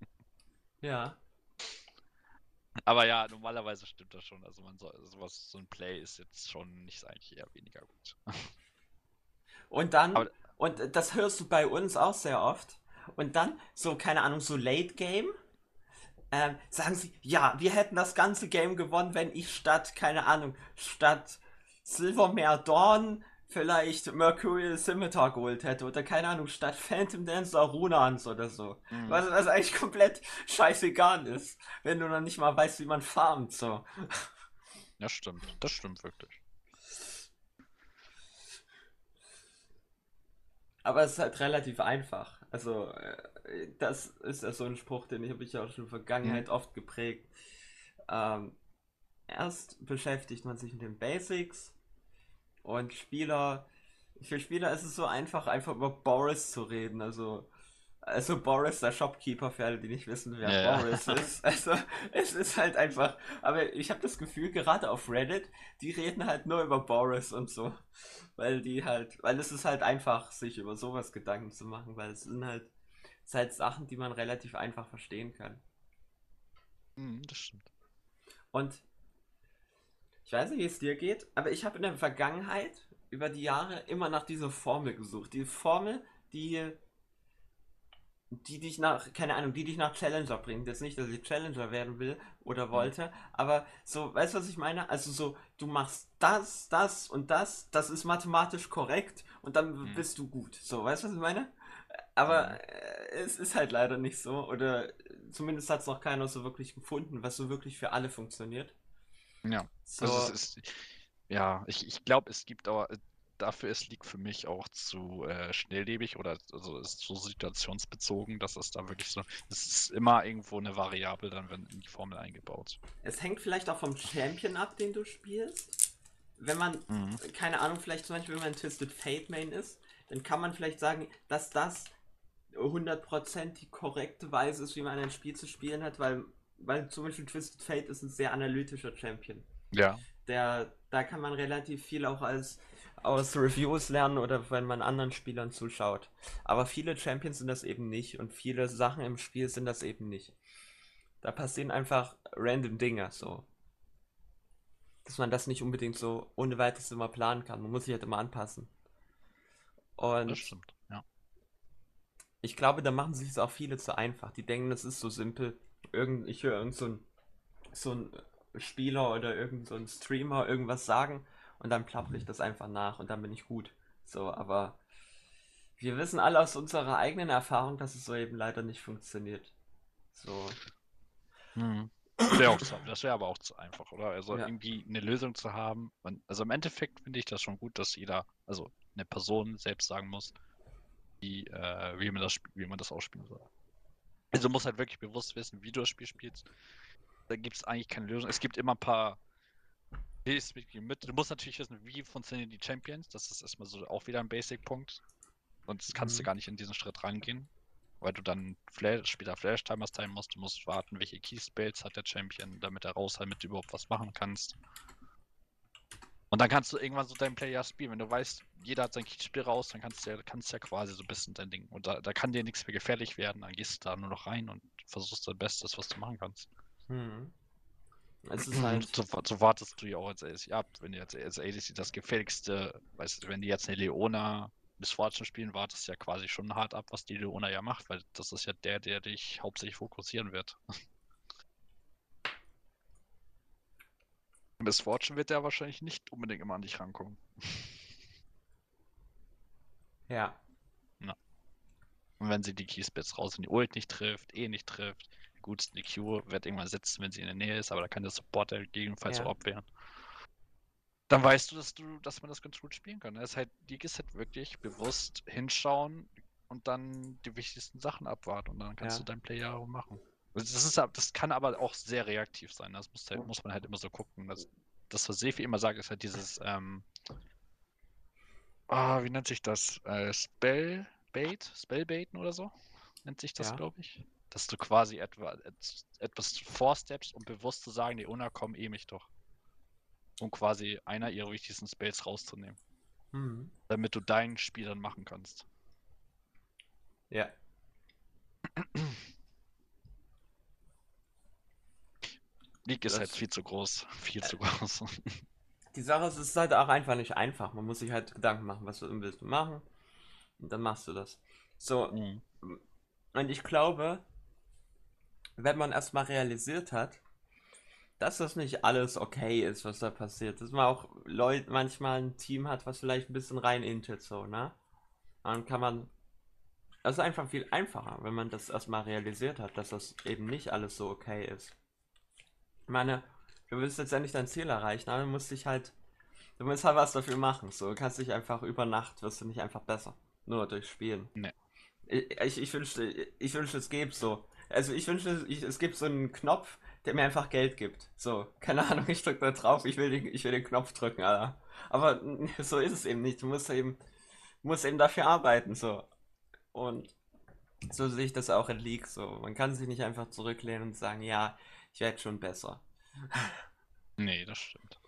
ja. Aber ja, normalerweise stimmt das schon. Also man soll, sowas, so ein Play ist jetzt schon nicht eigentlich eher weniger gut. Und dann, Aber und das hörst du bei uns auch sehr oft, und dann, so, keine Ahnung, so Late Game, ähm, sagen sie, ja, wir hätten das ganze Game gewonnen, wenn ich statt, keine Ahnung, statt Silvermare Dawn vielleicht Mercurial Scimitar geholt hätte oder keine Ahnung, statt Phantom Dancer Runans oder so. mhm. Was, was eigentlich komplett scheißegal ist, wenn du noch nicht mal weißt, wie man farmt, so. Das stimmt. Das stimmt wirklich. Aber es ist halt relativ einfach. Also, äh, das ist ja so ein Spruch, den ich habe ich ja auch schon in der Mhm. Vergangenheit oft geprägt. Ähm, Erst beschäftigt man sich mit den Basics und Spieler, für Spieler ist es so einfach, einfach über Boris zu reden. Also, also Boris, der Shopkeeper, für alle, die nicht wissen, wer Ja, ja. Boris ist. Also, es ist halt einfach, aber ich habe das Gefühl, gerade auf Reddit, die reden halt nur über Boris und so. Weil die halt, weil es ist halt einfach, sich über sowas Gedanken zu machen, weil es sind halt, es sind halt Sachen, die man relativ einfach verstehen kann. Mhm, das stimmt. Und ich weiß nicht, wie es dir geht, aber ich habe in der Vergangenheit über die Jahre immer nach dieser Formel gesucht. Die Formel, die die dich nach, keine Ahnung, die dich nach Challenger bringt. Jetzt nicht, dass ich Challenger werden will oder Hm. wollte, aber so, weißt du, was ich meine? Also so, du machst das, das und das, das ist mathematisch korrekt und dann Hm. bist du gut. So, weißt du, was ich meine? Aber Hm. äh, es ist halt leider nicht so, oder zumindest hat es noch keiner so wirklich gefunden, was so wirklich für alle funktioniert. Ja. Also es So, ist, ja, ich, ich glaube, es gibt aber, äh, dafür ist League für mich auch zu äh, schnelllebig oder also ist so situationsbezogen, dass es da wirklich so, es ist immer irgendwo eine Variable dann wenn in die Formel eingebaut. es hängt vielleicht auch vom Champion ab, den du spielst. Wenn man, Mhm. keine Ahnung, vielleicht zum Beispiel, wenn man Twisted Fate Main ist, dann kann man vielleicht sagen, dass das hundert Prozent die korrekte Weise ist, wie man ein Spiel zu spielen hat, weil, weil zum Beispiel Twisted Fate ist ein sehr analytischer Champion. Ja, Der, da kann man relativ viel auch als aus Reviews lernen oder wenn man anderen Spielern zuschaut. Aber viele Champions sind das eben nicht und viele Sachen im Spiel sind das eben nicht. Da passieren einfach random Dinge so. Dass man das nicht unbedingt so ohne weiteres immer planen kann. Man muss sich halt immer anpassen. das Und stimmt. Ja. ich glaube, da machen sich es auch viele zu einfach. Die denken, das ist so simpel. Irgend, ich höre irgend so ein, so ein Spieler oder irgend so ein Streamer irgendwas sagen und dann plappere ich das einfach nach und dann bin ich gut. So, aber wir wissen alle aus unserer eigenen Erfahrung, dass es so eben leider nicht funktioniert. So, Mhm. Das wäre auch zu, das wäre aber auch zu einfach, oder? Also ja. irgendwie eine Lösung zu haben. Und, also im Endeffekt finde ich das schon gut, dass jeder, also eine Person selbst sagen muss, wie, äh, wie man das, sp- wie man das ausspielen soll. Also du musst halt wirklich bewusst wissen, wie du das Spiel spielst. Da gibt es eigentlich keine Lösung. Es gibt immer ein paar Hilfsmittel mit. Du musst natürlich wissen, wie funktionieren die Champions. Das ist erstmal so auch wieder ein Basic-Punkt. Sonst kannst du Mhm. gar nicht in diesen Schritt reingehen. Weil du dann Flash, später Flash-Timers teilen musst. Du musst warten, welche Key-Spells hat der Champion, damit er raus, damit du überhaupt was machen kannst. Und dann kannst du irgendwann so deinen Player spielen. Wenn du weißt, jeder hat sein Key-Spiel raus, dann kannst du ja, kannst du ja quasi so ein bisschen dein Ding. Und da, da kann dir nichts mehr gefährlich werden. Dann gehst du da nur noch rein und versuchst dein Bestes, was du machen kannst. Mhm. Es ist halt, So, so wartest du ja auch als A D C ab. Wenn du jetzt als A D C das gefährlichste, weißt du, wenn die jetzt eine Leona bis Fortune spielen, wartest du ja quasi schon hart ab, was die Leona ja macht, weil das ist ja der, der dich hauptsächlich fokussieren wird. Miss Fortune wird der wahrscheinlich nicht unbedingt immer an dich rankommen. ja, Ja. Und wenn sie die Keyspits raus und die Ult nicht trifft, eh nicht trifft, gut, die Q wird irgendwann sitzen, wenn sie in der Nähe ist, aber da kann der Support ja gegebenenfalls auch ja, abwehren. Dann weißt du, dass du, dass man das ganz gut spielen kann. Das ist halt, die ist halt wirklich bewusst hinschauen und dann die wichtigsten Sachen abwarten und dann kannst du ja. dein Player auch machen. Das ist, das kann aber auch sehr reaktiv sein. Das muss, halt, muss man halt immer so gucken. Das, das was Sefi immer sagt, ist halt dieses, ähm, ah, wie nennt sich das? Äh, Spellbait? Spellbaiten oder so? Nennt sich das, Ja, glaube ich. Dass du quasi etwa, et, etwas vorsteppst, um bewusst zu sagen, die Una kommen eh mich doch. Um quasi einer ihrer wichtigsten Spells rauszunehmen. mhm. Damit du dein Spiel dann machen kannst. Ja. League ist halt Das, viel zu groß. Viel äh, zu groß. die Sache ist, es ist halt auch einfach nicht einfach. Man muss sich halt Gedanken machen, was willst du machen und dann machst du das. So, Mhm. und ich glaube, wenn man erstmal realisiert hat, dass das nicht alles okay ist, was da passiert, dass man auch Leute manchmal ein Team hat, was vielleicht ein bisschen rein intet so, ne? Dann kann man, das ist einfach viel einfacher, wenn man das erstmal realisiert hat, dass das eben nicht alles so okay ist. Ich meine, du willst letztendlich dein Ziel erreichen, aber du musst dich halt, du musst halt was dafür machen, so, du kannst dich einfach über Nacht, wirst du nicht einfach besser, nur durch Spielen. Ne. Ich, ich, ich wünschte, ich wünschte, es gäbe so. Also ich wünschte, ich, es gibt so einen Knopf, der mir einfach Geld gibt. So, keine Ahnung, ich drücke da drauf, ich will den, ich will den Knopf drücken, Alter. Aber so ist es eben nicht. Du musst eben, musst eben dafür arbeiten, so. Und so sehe ich das auch in League, so. Man kann sich nicht einfach zurücklehnen und sagen, ja, ich werde schon besser. Nee, das stimmt.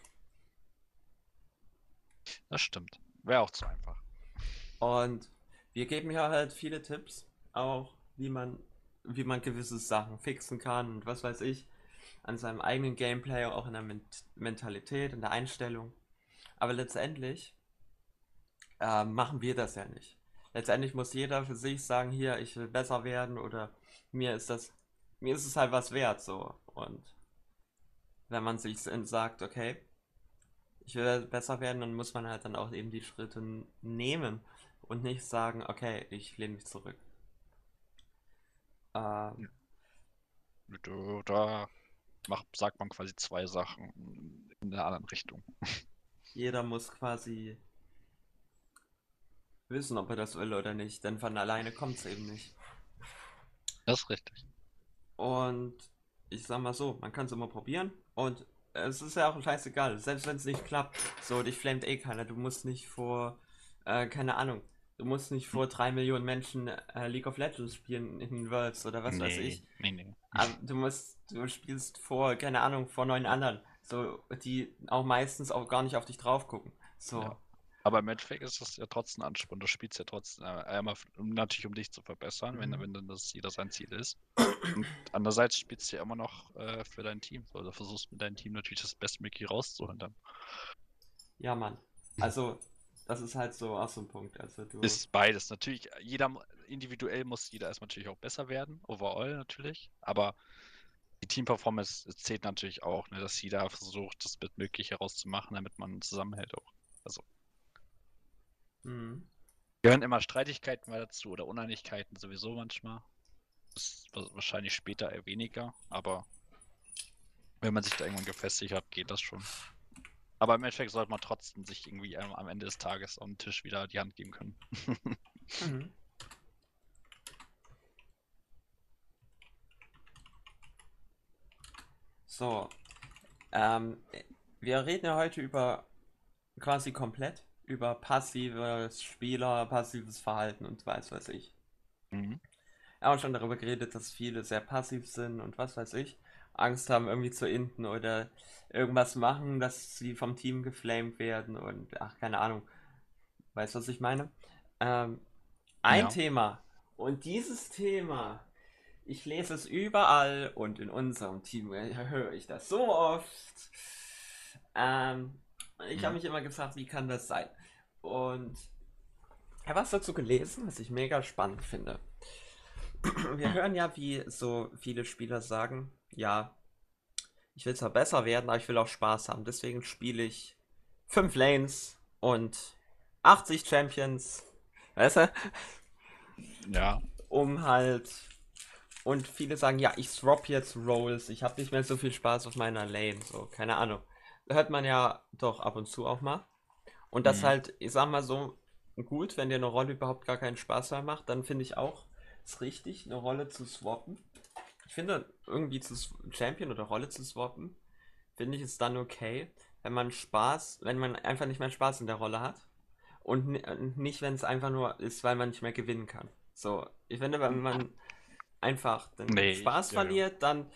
Das stimmt. Wäre auch zu einfach. Und wir geben hier halt viele Tipps, auch wie man, wie man gewisse Sachen fixen kann und was weiß ich, an seinem eigenen Gameplay, auch in der Ment Mentalität, in der Einstellung. Aber letztendlich äh, machen wir das ja nicht. letztendlich muss jeder für sich sagen, hier, ich will besser werden oder mir ist das, mir ist es halt was wert, so. Und wenn man sich sagt, okay, ich will besser werden, dann muss man halt dann auch eben die Schritte nehmen und nicht sagen, okay, ich lehne mich zurück. Ähm, Da, da macht, sagt man quasi zwei Sachen in der anderen Richtung. Jeder muss quasi wissen, ob er das will oder nicht, denn von alleine kommt es eben nicht. Das ist richtig. Und ich sag mal so, man kann es immer probieren und es ist ja auch scheißegal, selbst wenn es nicht klappt, so, dich flamet eh keiner, du musst nicht vor, äh, keine Ahnung, du musst nicht vor drei Millionen Menschen äh, League of Legends spielen in Worlds oder was weiß Nee, ich. nee, nee. Aber du musst, du spielst vor, keine Ahnung, vor neun anderen, so, die auch meistens auch gar nicht auf dich drauf gucken. Ja. So. Aber im Endeffekt ist es ja trotzdem ein Ansporn. Du spielst ja trotzdem äh, einmal, um, natürlich um dich zu verbessern, wenn, Mhm. wenn dann das jeder sein Ziel ist. Und andererseits spielst du ja immer noch äh, für dein Team. So, du versuchst mit deinem Team natürlich das Bestmögliche rauszuholen dann. Ja, Mann. Also, das ist halt so auch so ein Punkt. Also du. Ist beides. Natürlich, jeder mu- individuell muss jeder erstmal natürlich auch besser werden, overall natürlich. Aber die Team-Performance zählt natürlich auch, ne, dass jeder versucht, das Bestmögliche rauszumachen, damit man zusammenhält auch. Also Mhm. gehören immer Streitigkeiten mal dazu oder Uneinigkeiten sowieso manchmal. Das ist wa- wahrscheinlich später eher weniger, aber wenn man sich da irgendwann gefestigt hat, geht das schon. Aber im Endeffekt sollte man trotzdem sich irgendwie am am Ende des Tages am Tisch wieder die Hand geben können. Mhm. So, ähm, wir reden ja heute über quasi komplett über passives Spieler, passives Verhalten und weiß weiß ich. Mhm. Wir haben schon darüber geredet, dass viele sehr passiv sind und was weiß ich. Angst haben irgendwie zu inten oder irgendwas machen, dass sie vom Team geflamed werden und ach, keine Ahnung. Weißt du, was ich meine? Ähm, ein Ja. Thema. Und dieses Thema, ich lese es überall und in unserem Team höre ich das so oft. Ähm, ich habe Mhm. mich immer gefragt, wie kann das sein? Und ich habe was dazu gelesen, was ich mega spannend finde. Wir Hm. hören ja, wie so viele Spieler sagen, ja, ich will zwar besser werden, aber ich will auch Spaß haben. Deswegen spiele ich fünf Lanes und achtzig Champions. Weißt du? Ja. Um halt. Und viele sagen, ja, ich swap jetzt Roles, ich habe nicht mehr so viel Spaß auf meiner Lane, so, keine Ahnung. Hört man ja doch ab und zu auch mal. Und das Mhm. halt, ich sag mal so, gut, wenn dir eine Rolle überhaupt gar keinen Spaß mehr macht, dann finde ich auch, es richtig, eine Rolle zu swappen. Ich finde, irgendwie zu Champion oder Rolle zu swappen, finde ich es dann okay, wenn man Spaß, wenn man einfach nicht mehr Spaß in der Rolle hat. Und nicht, wenn es einfach nur ist, weil man nicht mehr gewinnen kann. So, ich finde, wenn man einfach den Nee, ich, Spaß ja, ja. verliert, dann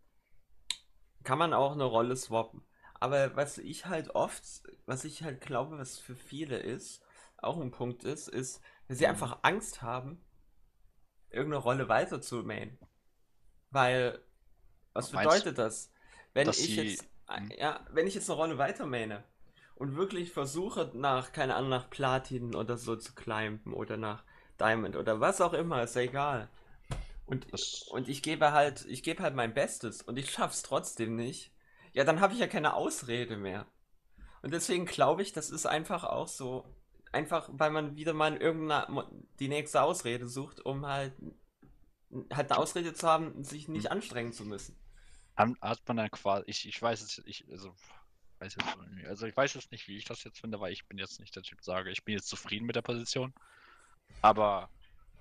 kann man auch eine Rolle swappen. Aber was ich halt oft, was ich halt glaube, was für viele ist, auch ein Punkt ist, ist, dass sie Mhm. einfach Angst haben, irgendeine Rolle weiter zu main. Weil, was Meinst bedeutet das? du, Wenn dass ich sie. jetzt, Mhm. ja, wenn ich jetzt eine Rolle weiter maine und wirklich versuche, nach, keine Ahnung, nach Platin oder so zu climben oder nach Diamond oder was auch immer, ist ja egal. Und, Das. und ich gebe halt, ich gebe halt mein Bestes und ich schaff's trotzdem nicht. Ja, dann habe ich ja keine Ausrede mehr. Und deswegen glaube ich, das ist einfach auch so, einfach weil man wieder mal irgendeine, die nächste Ausrede sucht, um halt, halt eine Ausrede zu haben, sich Mhm. nicht anstrengen zu müssen. Hat hat man dann quasi. Ich, ich weiß es, ich, also. Weiß jetzt, irgendwie- also ich weiß jetzt nicht, wie ich das jetzt finde, weil ich bin jetzt nicht der Typ, sage, ich bin jetzt zufrieden mit der Position. Aber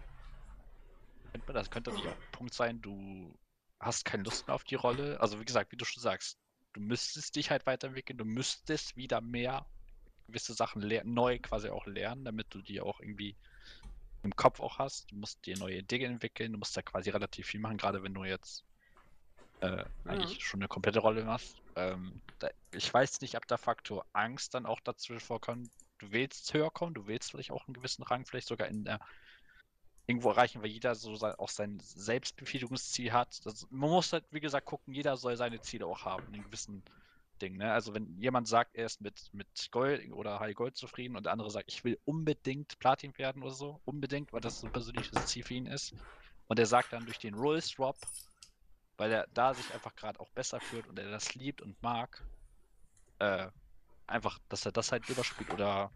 könnte man, das könnte natürlich auch ein Punkt sein, du hast keine Lust mehr auf die Rolle. Also wie gesagt, wie du schon sagst, du müsstest dich halt weiterentwickeln, du müsstest wieder mehr gewisse Sachen ler- neu quasi auch lernen, damit du die auch irgendwie im Kopf auch hast. Du musst dir neue Dinge entwickeln, du musst da quasi relativ viel machen, gerade wenn du jetzt äh, Mhm. eigentlich schon eine komplette Rolle machst. Ähm, da, ich weiß nicht, ob der Faktor Angst dann auch dazu vorkommt. Du willst höher kommen, du willst vielleicht auch einen gewissen Rang, vielleicht sogar in der irgendwo erreichen, weil jeder so sein, auch sein Selbstbefriedigungsziel hat. Das, man muss halt, wie gesagt, gucken, jeder soll seine Ziele auch haben, einen gewissen Ding, ne? Also wenn jemand sagt, er ist mit, mit Gold oder High Gold zufrieden und der andere sagt, ich will unbedingt Platin werden oder so, unbedingt, weil das so ein persönliches Ziel für ihn ist. Und er sagt dann durch den Roll Swap, weil er da sich einfach gerade auch besser fühlt und er das liebt und mag, äh, einfach, dass er das halt überspielt oder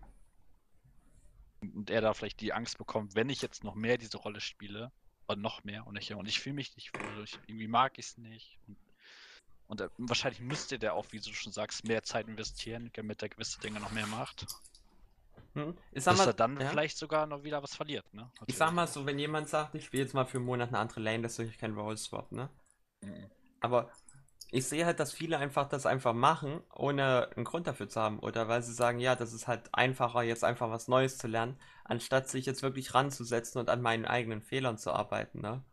und er da vielleicht die Angst bekommt, wenn ich jetzt noch mehr diese Rolle spiele und noch mehr und ich, und ich fühle mich nicht wohl, ich, irgendwie mag ich es nicht. Und, und er, wahrscheinlich müsste der auch, wie du schon sagst, mehr Zeit investieren, damit er gewisse Dinge noch mehr macht. Hm? Ich sag Dass er mal, dann ja? vielleicht sogar noch wieder was verliert, ne? Ich sag Natürlich mal auch. so, wenn jemand sagt, ich spiele jetzt mal für einen Monat eine andere Lane, das ist natürlich kein Roll Swap, ne? Mhm. Aber ich sehe halt, dass viele einfach das einfach machen, ohne einen Grund dafür zu haben. Oder weil sie sagen, ja, das ist halt einfacher, jetzt einfach was Neues zu lernen, anstatt sich jetzt wirklich ranzusetzen und an meinen eigenen Fehlern zu arbeiten, ne?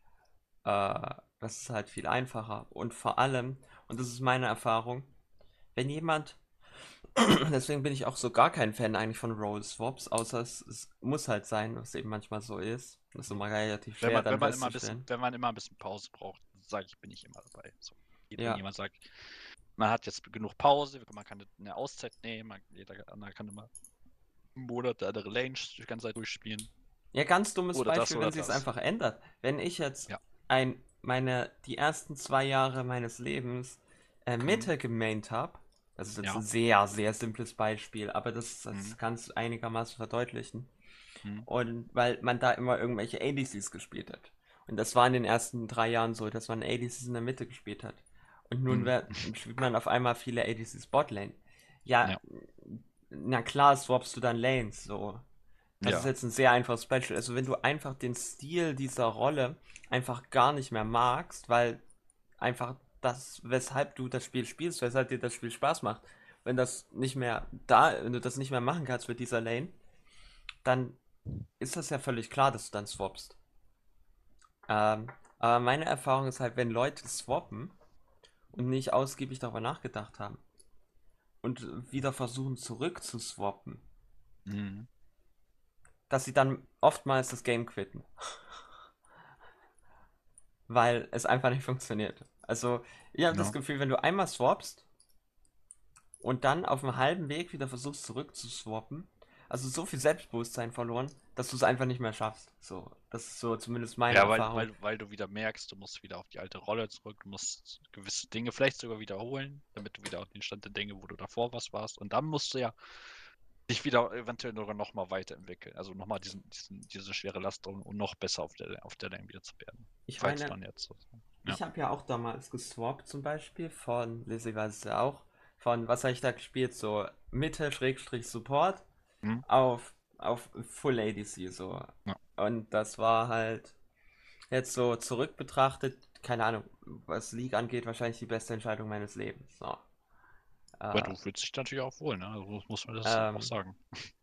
Äh, das ist halt viel einfacher. Und vor allem, und das ist meine Erfahrung, wenn jemand, deswegen bin ich auch so gar kein Fan eigentlich von Roll Swaps, außer es, es muss halt sein, was eben manchmal so ist. Das ist immer relativ Wenn schwer man, wenn dann man immer ein bisschen, festzustellen. wenn man immer ein bisschen Pause braucht, sage ich, bin ich immer dabei. So. Wenn Ja, jemand sagt, man hat jetzt genug Pause, man kann eine Auszeit nehmen, man, jeder andere kann immer einen Monat eine andere Range die ganze Zeit durchspielen. ja, ganz dummes Oder das Beispiel, wenn oder sie es das. einfach ändert. Wenn ich jetzt Ja. ein, meine, die ersten zwei Jahre meines Lebens äh, Mhm. Mitte gemaint habe, das ist jetzt ein Ja. sehr, sehr simples Beispiel, aber das, Mhm. das kann es einigermaßen verdeutlichen. Mhm. Und weil man da immer irgendwelche A D Cs gespielt hat. Und das war in den ersten drei Jahren so, dass man A D Cs in der Mitte gespielt hat. Und nun Mhm. wird, spielt man auf einmal viele A D Cs Botlane. Ja, Ja. na klar, swappst du dann Lanes, so. Das ist Ja. jetzt ein sehr einfaches Beispiel. Also wenn du einfach den Stil dieser Rolle einfach gar nicht mehr magst, weil einfach das, weshalb du das Spiel spielst, weshalb dir das Spiel Spaß macht, wenn das nicht mehr da, wenn du das nicht mehr machen kannst mit dieser Lane, dann ist das ja völlig klar, dass du dann swappst. Ähm, aber meine Erfahrung ist halt, wenn Leute swappen und nicht ausgiebig darüber nachgedacht haben und wieder versuchen zurückzuswappen, Mhm. dass sie dann oftmals das Game quitten. Weil es einfach nicht funktioniert. Also, ich habe das Ja. Gefühl, wenn du einmal swappst und dann auf dem halben Weg wieder versuchst zurückzuswappen, also so viel Selbstbewusstsein verloren, dass du es einfach nicht mehr schaffst. So, das ist so zumindest meine Ja, weil, Erfahrung. weil, weil du wieder merkst, du musst wieder auf die alte Rolle zurück, du musst gewisse Dinge vielleicht sogar wiederholen, damit du wieder auf den Stand der Dinge, wo du davor was warst. Und dann musst du ja dich wieder eventuell sogar nochmal weiterentwickeln. Also nochmal diesen, diesen, diese schwere Last um, um noch besser auf der, auf der Lane wieder zu werden. Ich Falls du meine, dann jetzt. so- Ja. ich habe ja auch damals geswappt zum Beispiel von, Lizzie weiß es ja auch, von, was habe ich da gespielt, so Mitte, Schrägstrich, Support Hm? auf, auf Full A D C so. Ja. Und das war halt jetzt so zurück betrachtet, keine Ahnung, was League angeht, wahrscheinlich die beste Entscheidung meines Lebens. So. Weil Äh, du fühlst dich natürlich auch wohl, ne? Also muss man das auch ähm, sagen.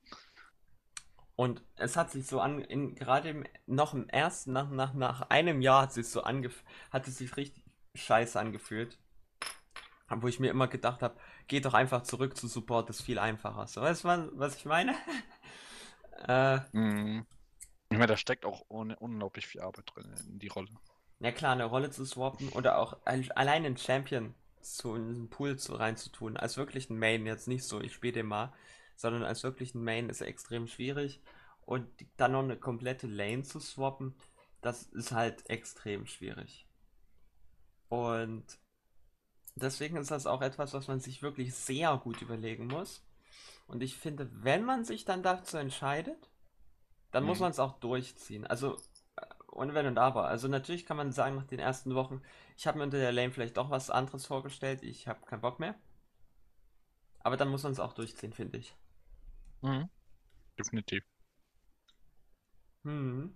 und es hat sich so an, in, gerade im, noch im ersten, nach, nach, nach einem Jahr hat es sich so angef hat es sich richtig scheiße angefühlt. Wo ich mir immer gedacht habe, geht doch einfach zurück zu Support, das ist viel einfacher. So, weißt du, was ich meine? äh, Mhm. Ich meine, da steckt auch un unglaublich viel Arbeit drin in die Rolle. ja klar, eine Rolle zu swappen oder auch ein, allein einen Champion zu in diesen Pool zu reinzutun, als wirklich ein Main, jetzt nicht so, ich spiele den mal, sondern als wirklich ein Main ist extrem schwierig. Und dann noch eine komplette Lane zu swappen, das ist halt extrem schwierig. Und deswegen ist das auch etwas, was man sich wirklich sehr gut überlegen muss. Und ich finde, wenn man sich dann dazu entscheidet, dann muss Mhm. man es auch durchziehen. Also, äh, ohne Wenn und Aber. Also, natürlich kann man sagen, nach den ersten Wochen, ich habe mir unter der Lane vielleicht doch was anderes vorgestellt, ich habe keinen Bock mehr. Aber dann muss man es auch durchziehen, finde ich. Mhm. Definitiv. Hm.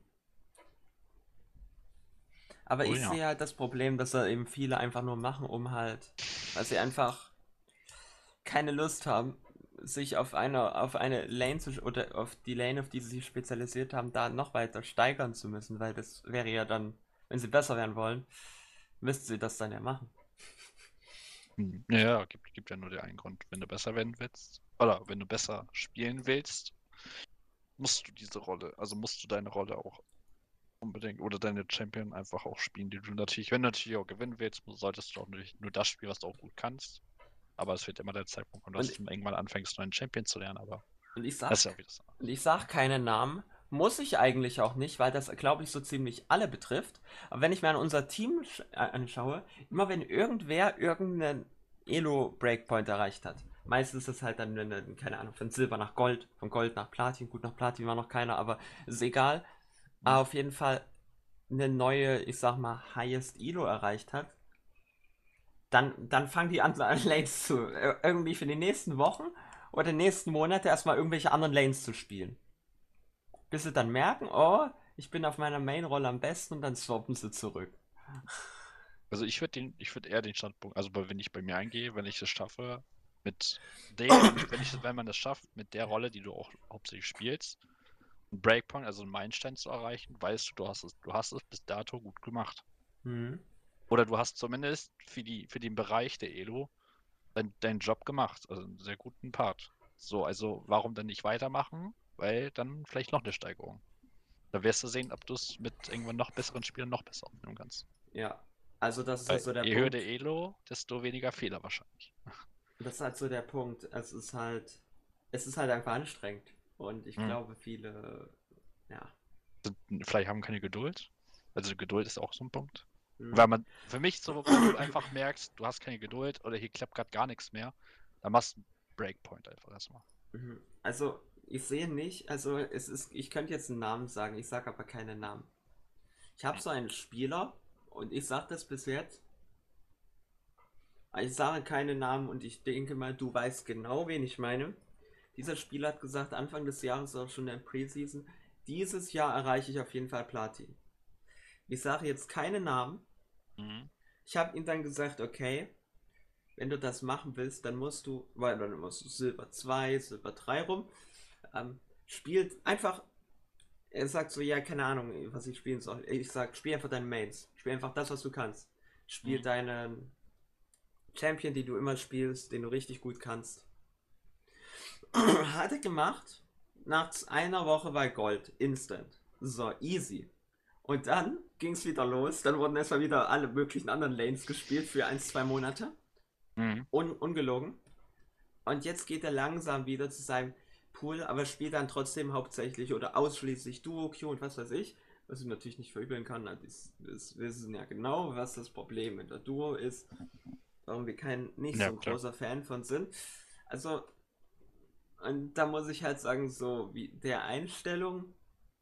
Aber Oh ich ja. sehe halt das Problem, dass da eben viele einfach nur machen, um halt, weil sie einfach keine Lust haben, sich auf eine, auf eine Lane zu, oder auf die Lane, auf die sie sich spezialisiert haben, da noch weiter steigern zu müssen, weil das wäre ja dann, wenn sie besser werden wollen, müssten sie das dann ja machen. Mhm. Ja, ja, gibt, gibt ja nur den einen Grund. Wenn du besser werden willst, oder wenn du besser spielen willst, musst du diese Rolle, also musst du deine Rolle auch unbedingt oder deine Champion einfach auch spielen, die du natürlich, wenn du natürlich auch gewinnen willst, solltest du auch natürlich nur das spielen, was du auch gut kannst. aber es wird immer der Zeitpunkt kommen, dass Und, du irgendwann anfängst, neuen Champion zu lernen, aber und ich das ist sag, ja auch wieder so. und ich sag keine Namen. Muss ich eigentlich auch nicht, weil das, glaube ich, so ziemlich alle betrifft. Aber wenn ich mir an unser Team sch- äh, anschaue, immer wenn irgendwer irgendeinen Elo-Breakpoint erreicht hat, meistens ist es halt dann, eine, keine Ahnung, von Silber nach Gold, von Gold nach Platin, gut nach Platin war noch keiner, aber ist egal. Hm. Aber auf jeden Fall eine neue, ich sag mal, Highest Elo erreicht hat, dann, dann fangen die an, Lanes zu, äh, irgendwie für die nächsten Wochen oder nächsten Monate erstmal irgendwelche anderen Lanes zu spielen. Bis sie dann merken, oh, ich bin auf meiner Main-Rolle am besten und dann swappen sie zurück. Also ich würde den, ich würde eher den Standpunkt, also bei- wenn ich bei mir eingehe, wenn ich es schaffe, mit dem, wenn ich, wenn man das schafft, mit der Rolle, die du auch hauptsächlich spielst, einen Breakpoint, also einen Meilenstein zu erreichen, weißt du, du hast es, du hast es bis dato gut gemacht. Hm. Oder du hast zumindest für die, für den Bereich der Elo dein, deinen Job gemacht, also einen sehr guten Part. So, also warum dann nicht weitermachen? Weil dann vielleicht noch eine Steigerung. Da wirst du sehen, ob du es mit irgendwann noch besseren Spielern noch besser aufnehmen kannst. Ja, also das ist halt Weil so der je höher Punkt. der Elo, desto weniger Fehler wahrscheinlich. Das ist halt so der Punkt. Es ist halt, es ist halt einfach anstrengend. Und ich Hm. glaube, viele, ja. Vielleicht haben keine Geduld. Also Geduld ist auch so ein Punkt. Hm. Weil man, für mich so, wenn du einfach merkst, du hast keine Geduld oder hier klappt gerade gar nichts mehr, dann machst du einen Breakpoint einfach erstmal. Mhm. Also, ich sehe nicht, also es ist, ich könnte jetzt einen Namen sagen, ich sage aber keinen Namen. Ich habe Hm. so einen Spieler und ich sage das bis jetzt, ich sage keine Namen und ich denke mal, du weißt genau, wen ich meine. Dieser Spieler hat gesagt, Anfang des Jahres, auch schon in der Preseason, dieses Jahr erreiche ich auf jeden Fall Platin. Ich sage jetzt keine Namen. Mhm. Ich habe ihm dann gesagt, okay, wenn du das machen willst, dann musst du, weil dann musst du Silber zwei, Silber drei rum, ähm, spielt einfach, er sagt so, ja, keine Ahnung, was ich spielen soll. Ich sag, spiel einfach deine Mains. Spiel einfach das, was du kannst. Spiel Mhm. deinen Champion, den du immer spielst, den du richtig gut kannst. Hat er gemacht. Nach einer Woche war Gold. Instant. So, easy. Und dann ging es wieder los. Dann wurden erstmal wieder alle möglichen anderen Lanes gespielt für ein, zwei Monate. Mhm. Un ungelogen. Und jetzt geht er langsam wieder zu seinem Pool, aber spielt dann trotzdem hauptsächlich oder ausschließlich Duo, Q und was weiß ich. Was ich natürlich nicht verübeln kann. Wir wissen ja genau, was das Problem mit der Duo ist. Warum wir kein nicht so Ja, ein klar. großer Fan von sind. Also, und da muss ich halt sagen, so wie der Einstellung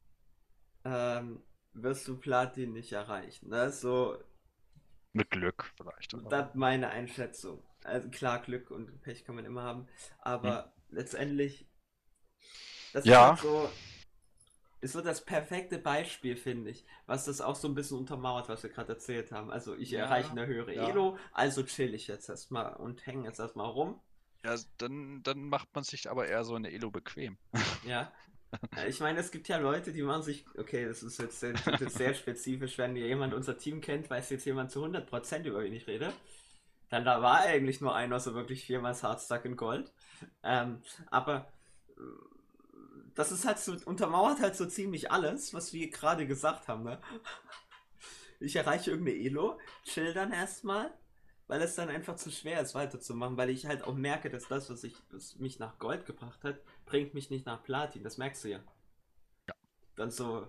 ähm, wirst du Platin nicht erreichen. Ne? So, Mit Glück vielleicht. Aber das ist meine Einschätzung. Also klar, Glück und Pech kann man immer haben, hm. aber letztendlich, das ist Ja, halt so, ist so das perfekte Beispiel, finde ich, was das auch so ein bisschen untermauert, was wir gerade erzählt haben. Also ich erreiche ja, eine höhere ja. Elo, also chill ich jetzt erstmal und hänge jetzt erstmal rum. Ja, dann, dann macht man sich aber eher so eine Elo bequem. Ja, äh, ich meine, es gibt ja Leute, die machen sich, okay, das ist jetzt, das wird jetzt sehr spezifisch, wenn jemand unser Team kennt, weiß jetzt jemand zu hundert Prozent, über wen ich rede. Dann da war eigentlich nur einer so wirklich viermal Hardstack in Gold. Ähm, aber äh, das ist halt so, untermauert halt so ziemlich alles, was wir gerade gesagt haben, ne? Ich erreiche irgendeine Elo, chill dann erstmal, weil es dann einfach zu schwer ist weiterzumachen, weil ich halt auch merke, dass das, was, ich, was mich nach Gold gebracht hat, bringt mich nicht nach Platin, das merkst du ja. Dann so,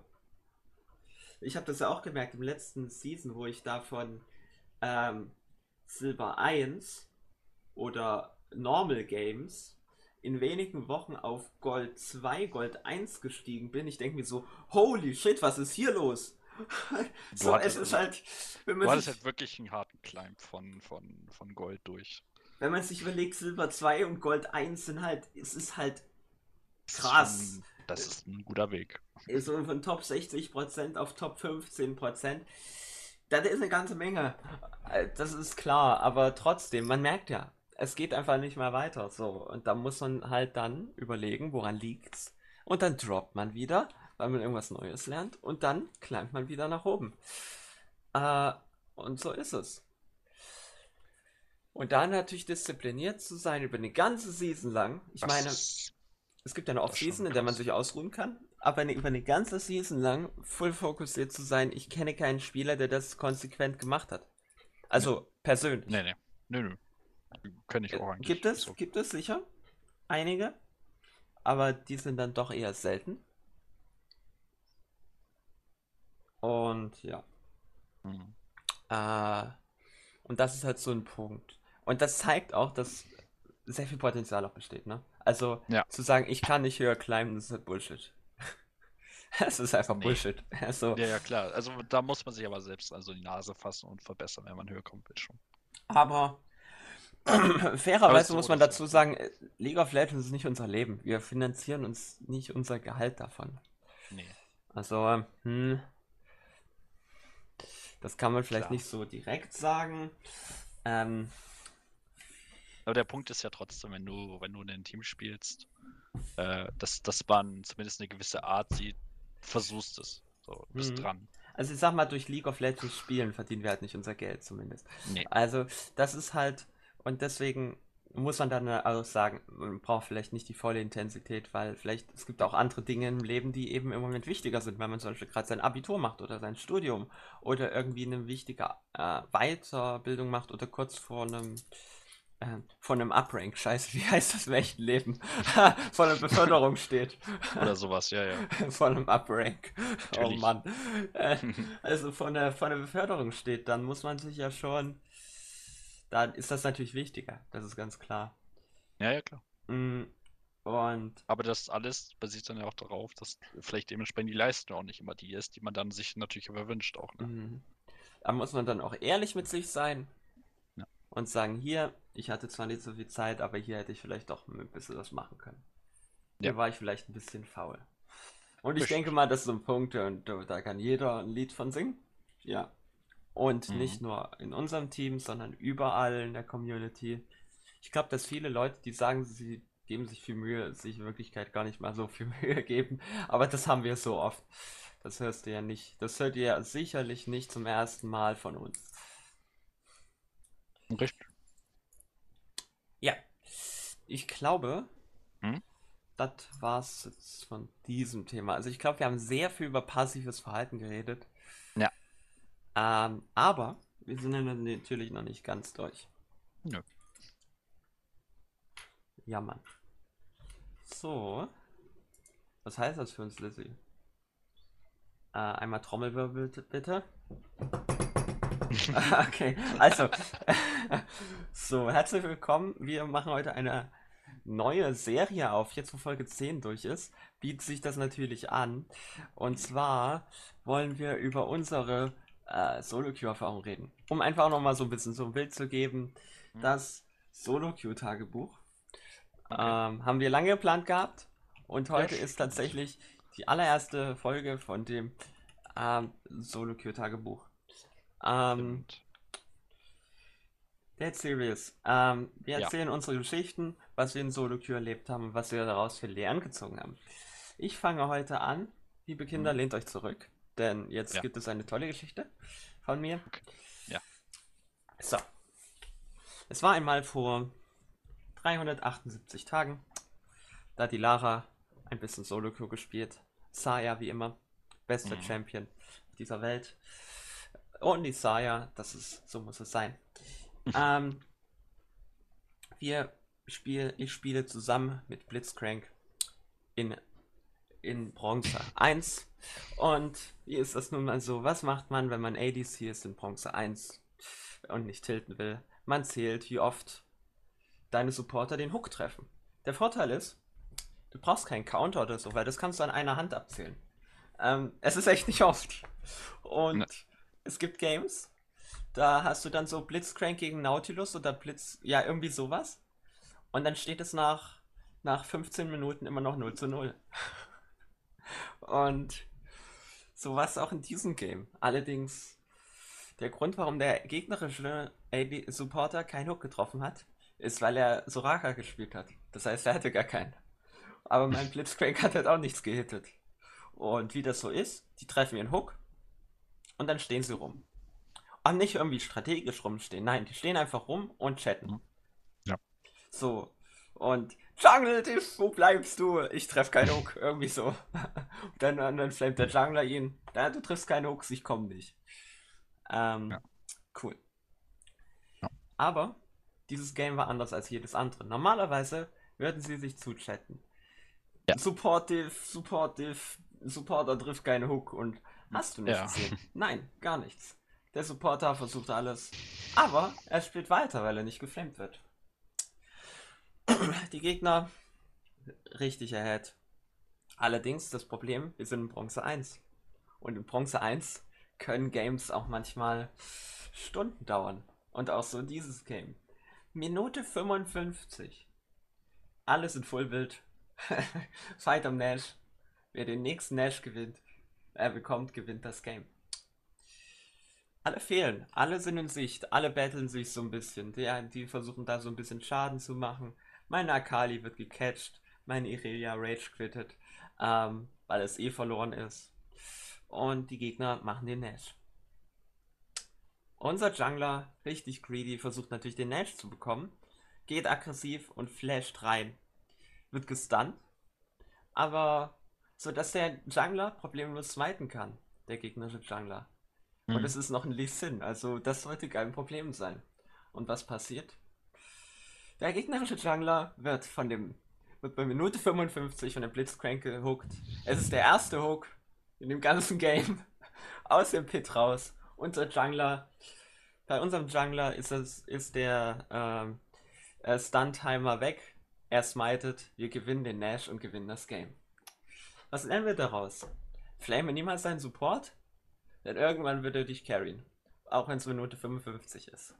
ich habe das ja auch gemerkt im letzten Season, wo ich davon ähm, Silber eins oder Normal Games in wenigen Wochen auf Gold zwei, Gold eins gestiegen bin. Ich denke mir so, holy shit, was ist hier los? Du So, es hattest, ist also, halt, wenn du man hattest halt sich, wirklich einen harten Climb von, von, von Gold durch. wenn man sich überlegt, Silber zwei und Gold eins sind halt, es ist halt Das ist krass. schon, das ist ein guter Weg. So von Top sechzig Prozent auf Top fünfzehn Prozent. Das ist eine ganze Menge. Äh, Das ist klar, aber trotzdem, man merkt ja, es geht einfach nicht mehr weiter. So, und da muss man halt dann überlegen, woran liegt's. Und dann droppt man wieder, weil man irgendwas Neues lernt. Und dann climbt man wieder nach oben. Äh, und so ist es. Und dann natürlich diszipliniert zu sein über eine ganze Season lang. Ich Das meine, ist, es gibt ja eine das ist schon Off-Season, in der man krass. sich ausruhen kann, aber eine, über eine ganze Season lang voll fokussiert zu sein, ich kenne keinen Spieler, der das konsequent gemacht hat. Nee, Also nee, persönlich. nee. Nö, nö. Kenne ich Äh, auch Gibt eigentlich. es, So. gibt es sicher einige, aber die sind dann doch eher selten. Und ja. Mhm. Äh, und das ist halt so ein Punkt. Und das zeigt auch, dass sehr viel Potenzial auch besteht, ne? Also Ja, zu sagen, ich kann nicht höher climben, das ist halt Bullshit. Es ist einfach nee. Bullshit. Also, Ja, ja, klar. Also da muss man sich aber selbst also die Nase fassen und verbessern, wenn man höher kommen will schon. aber Aber es ist fairerweise so muss oder man so. dazu Ne? sagen, äh, League of Legends ist nicht unser Leben. Wir finanzieren uns nicht unser Gehalt davon. Nee, Also, hm, das kann man vielleicht klar. nicht so direkt sagen. Ähm, Aber der Punkt ist ja trotzdem, wenn du, wenn du in einem Team spielst, äh, dass, dass man zumindest eine gewisse Art sieht, versuchst es. So, du bist hm. dran. Also ich sag mal, durch League of Legends spielen verdienen wir halt nicht unser Geld zumindest. Nee. Also das ist halt, und deswegen muss man dann auch sagen, man braucht vielleicht nicht die volle Intensität, weil vielleicht es gibt auch andere Dinge im Leben, die eben im Moment wichtiger sind, wenn man zum Beispiel gerade sein Abitur macht oder sein Studium oder irgendwie eine wichtige äh, Weiterbildung macht oder kurz vor einem äh, vor einem Uprank, scheiße, wie heißt das im echten Leben? Vor einer Beförderung steht. Oder sowas, ja, ja. Von einem Uprank. Oh Natürlich. Mann. Äh, also von der, von der Beförderung steht, dann muss man sich ja schon. Dann ist das natürlich wichtiger, das ist ganz klar. Ja, ja, klar. Mm, Und Aber das alles basiert dann ja auch darauf, dass vielleicht dementsprechend die Leistung auch nicht immer die ist, die man dann sich natürlich aber wünscht auch, ne? mm, da muss man dann auch ehrlich mit sich sein Ja, und sagen, hier, ich hatte zwar nicht so viel Zeit, aber hier hätte ich vielleicht doch ein bisschen was machen können. ja, Hier war ich vielleicht ein bisschen faul. Und ich denke richtig. mal, das sind so Punkte und da da kann jeder ein Lied von singen. Ja. Und Mhm. nicht nur in unserem Team, sondern überall in der Community. Ich glaube, dass viele Leute, die sagen, sie geben sich viel Mühe, sich in Wirklichkeit gar nicht mal so viel Mühe geben. Aber das haben wir so oft. Das hörst du ja nicht. Das hört ihr ja sicherlich nicht zum ersten Mal von uns. Richtig. Ja, ich glaube, Mhm. das war's jetzt von diesem Thema. Also ich glaube, wir haben sehr viel über passives Verhalten geredet. Ja. Ähm, aber wir sind ja natürlich noch nicht ganz durch. Nö. Ja, Mann. So, was heißt das für uns, Lizzie? Äh, einmal Trommelwirbel bitte. Okay, also, so, herzlich willkommen. Wir machen heute eine neue Serie auf. Jetzt, wo Folge zehn durch ist, bietet sich das natürlich an. Und zwar wollen wir über unsere äh, Solo-Queue-Erfahrung reden. Um einfach nochmal so ein bisschen so ein Bild zu geben. Mhm. Das Solo-Queue-Tagebuch Okay. ähm, haben wir lange geplant gehabt. Und Ja, heute ist stimmt. tatsächlich die allererste Folge von dem ähm, Solo-Queue-Tagebuch. Ähm, Stimmt. Dead Serious. Ähm, wir Ja. erzählen unsere Geschichten, was wir in Solo Q erlebt haben und was wir daraus für Lehren gezogen haben. Ich fange heute an. Liebe Kinder, Mhm. lehnt euch zurück, denn jetzt Ja. gibt es eine tolle Geschichte von mir. Okay. Ja. So, es war einmal vor dreihundertachtundsiebzig Tagen, da hat die Lara ein bisschen Solo Q gespielt. Saya, wie immer, bester Mhm. Champion dieser Welt. Und die Saya, das ist, so muss es sein. Ähm, wir spielen, ich spiele zusammen mit Blitzcrank in, in Bronze eins. Und wie ist das nun mal so? Was macht man, wenn man A D C ist in Bronze eins und nicht tilten will? Man zählt, wie oft deine Supporter den Hook treffen. Der Vorteil ist, du brauchst keinen Counter oder so, weil das kannst du an einer Hand abzählen. Ähm, es ist echt nicht oft. Ne. Und es gibt Games, da hast du dann so Blitzcrank gegen Nautilus oder Blitz, ja, irgendwie sowas. Und dann steht es nach, nach fünfzehn Minuten immer noch null zu null. Und so war es auch in diesem Game. Allerdings, der Grund, warum der gegnerische A D-Supporter keinen Hook getroffen hat, ist, weil er Soraka gespielt hat. Das heißt, er hatte gar keinen. Aber mein Blitzcrank hat halt auch nichts gehittet. Und wie das so ist, die treffen ihren Hook und dann stehen sie rum. Und nicht irgendwie strategisch rumstehen. Nein, die stehen einfach rum und chatten. Mhm. Ja. So. Und Jungle, Diff, wo bleibst du? Ich treff keinen Hook. Irgendwie so. Und dann, und dann flamet der Jungler ihn. Ja, du triffst keine Hooks, ich komm nicht. Ähm, Ja. cool. Ja. Aber dieses Game war anders als jedes andere. Normalerweise würden sie sich zuchatten. Ja. Supportive, supportive, Supporter trifft keinen Hook und hast du nicht Ja. gesehen. Nein, gar nichts. Der Supporter versucht alles. Aber er spielt weiter, weil er nicht geflamed wird. Die Gegner richtig ahead. Allerdings das Problem, wir sind in Bronze eins. Und in Bronze eins können Games auch manchmal Stunden dauern. Und auch so dieses Game. Minute fünfundfünfzig. Alle sind voll wild. Fight am Nash. Wer den nächsten Nash gewinnt, er bekommt, gewinnt das Game. Alle fehlen, alle sind in Sicht, alle battlen sich so ein bisschen. Die, die versuchen da so ein bisschen Schaden zu machen. Meine Akali wird gecatcht, meine Irelia rage quittet, ähm, weil es eh verloren ist. Und die Gegner machen den Nash. Unser Jungler, richtig greedy, versucht natürlich den Nash zu bekommen, geht aggressiv und flasht rein. Wird gestunt, aber so dass der Jungler problemlos smiten kann, der gegnerische Jungler. Und Hm. es ist noch ein Lee Sin, also das sollte kein Problem sein. Und was passiert? Der gegnerische Jungler wird von dem wird bei Minute fünfundfünfzig von dem Blitzcrank gehookt. Es ist der erste Hook in dem ganzen Game aus dem Pit raus. Unser Jungler, bei unserem Jungler ist es ist der ähm, äh, Stun-Timer weg. Er smitet, wir gewinnen den Nash und gewinnen das Game. Was lernen wir daraus? Flame niemals seinen Support, denn irgendwann wird er dich carryen. Auch wenn es Minute fünfundfünfzig ist.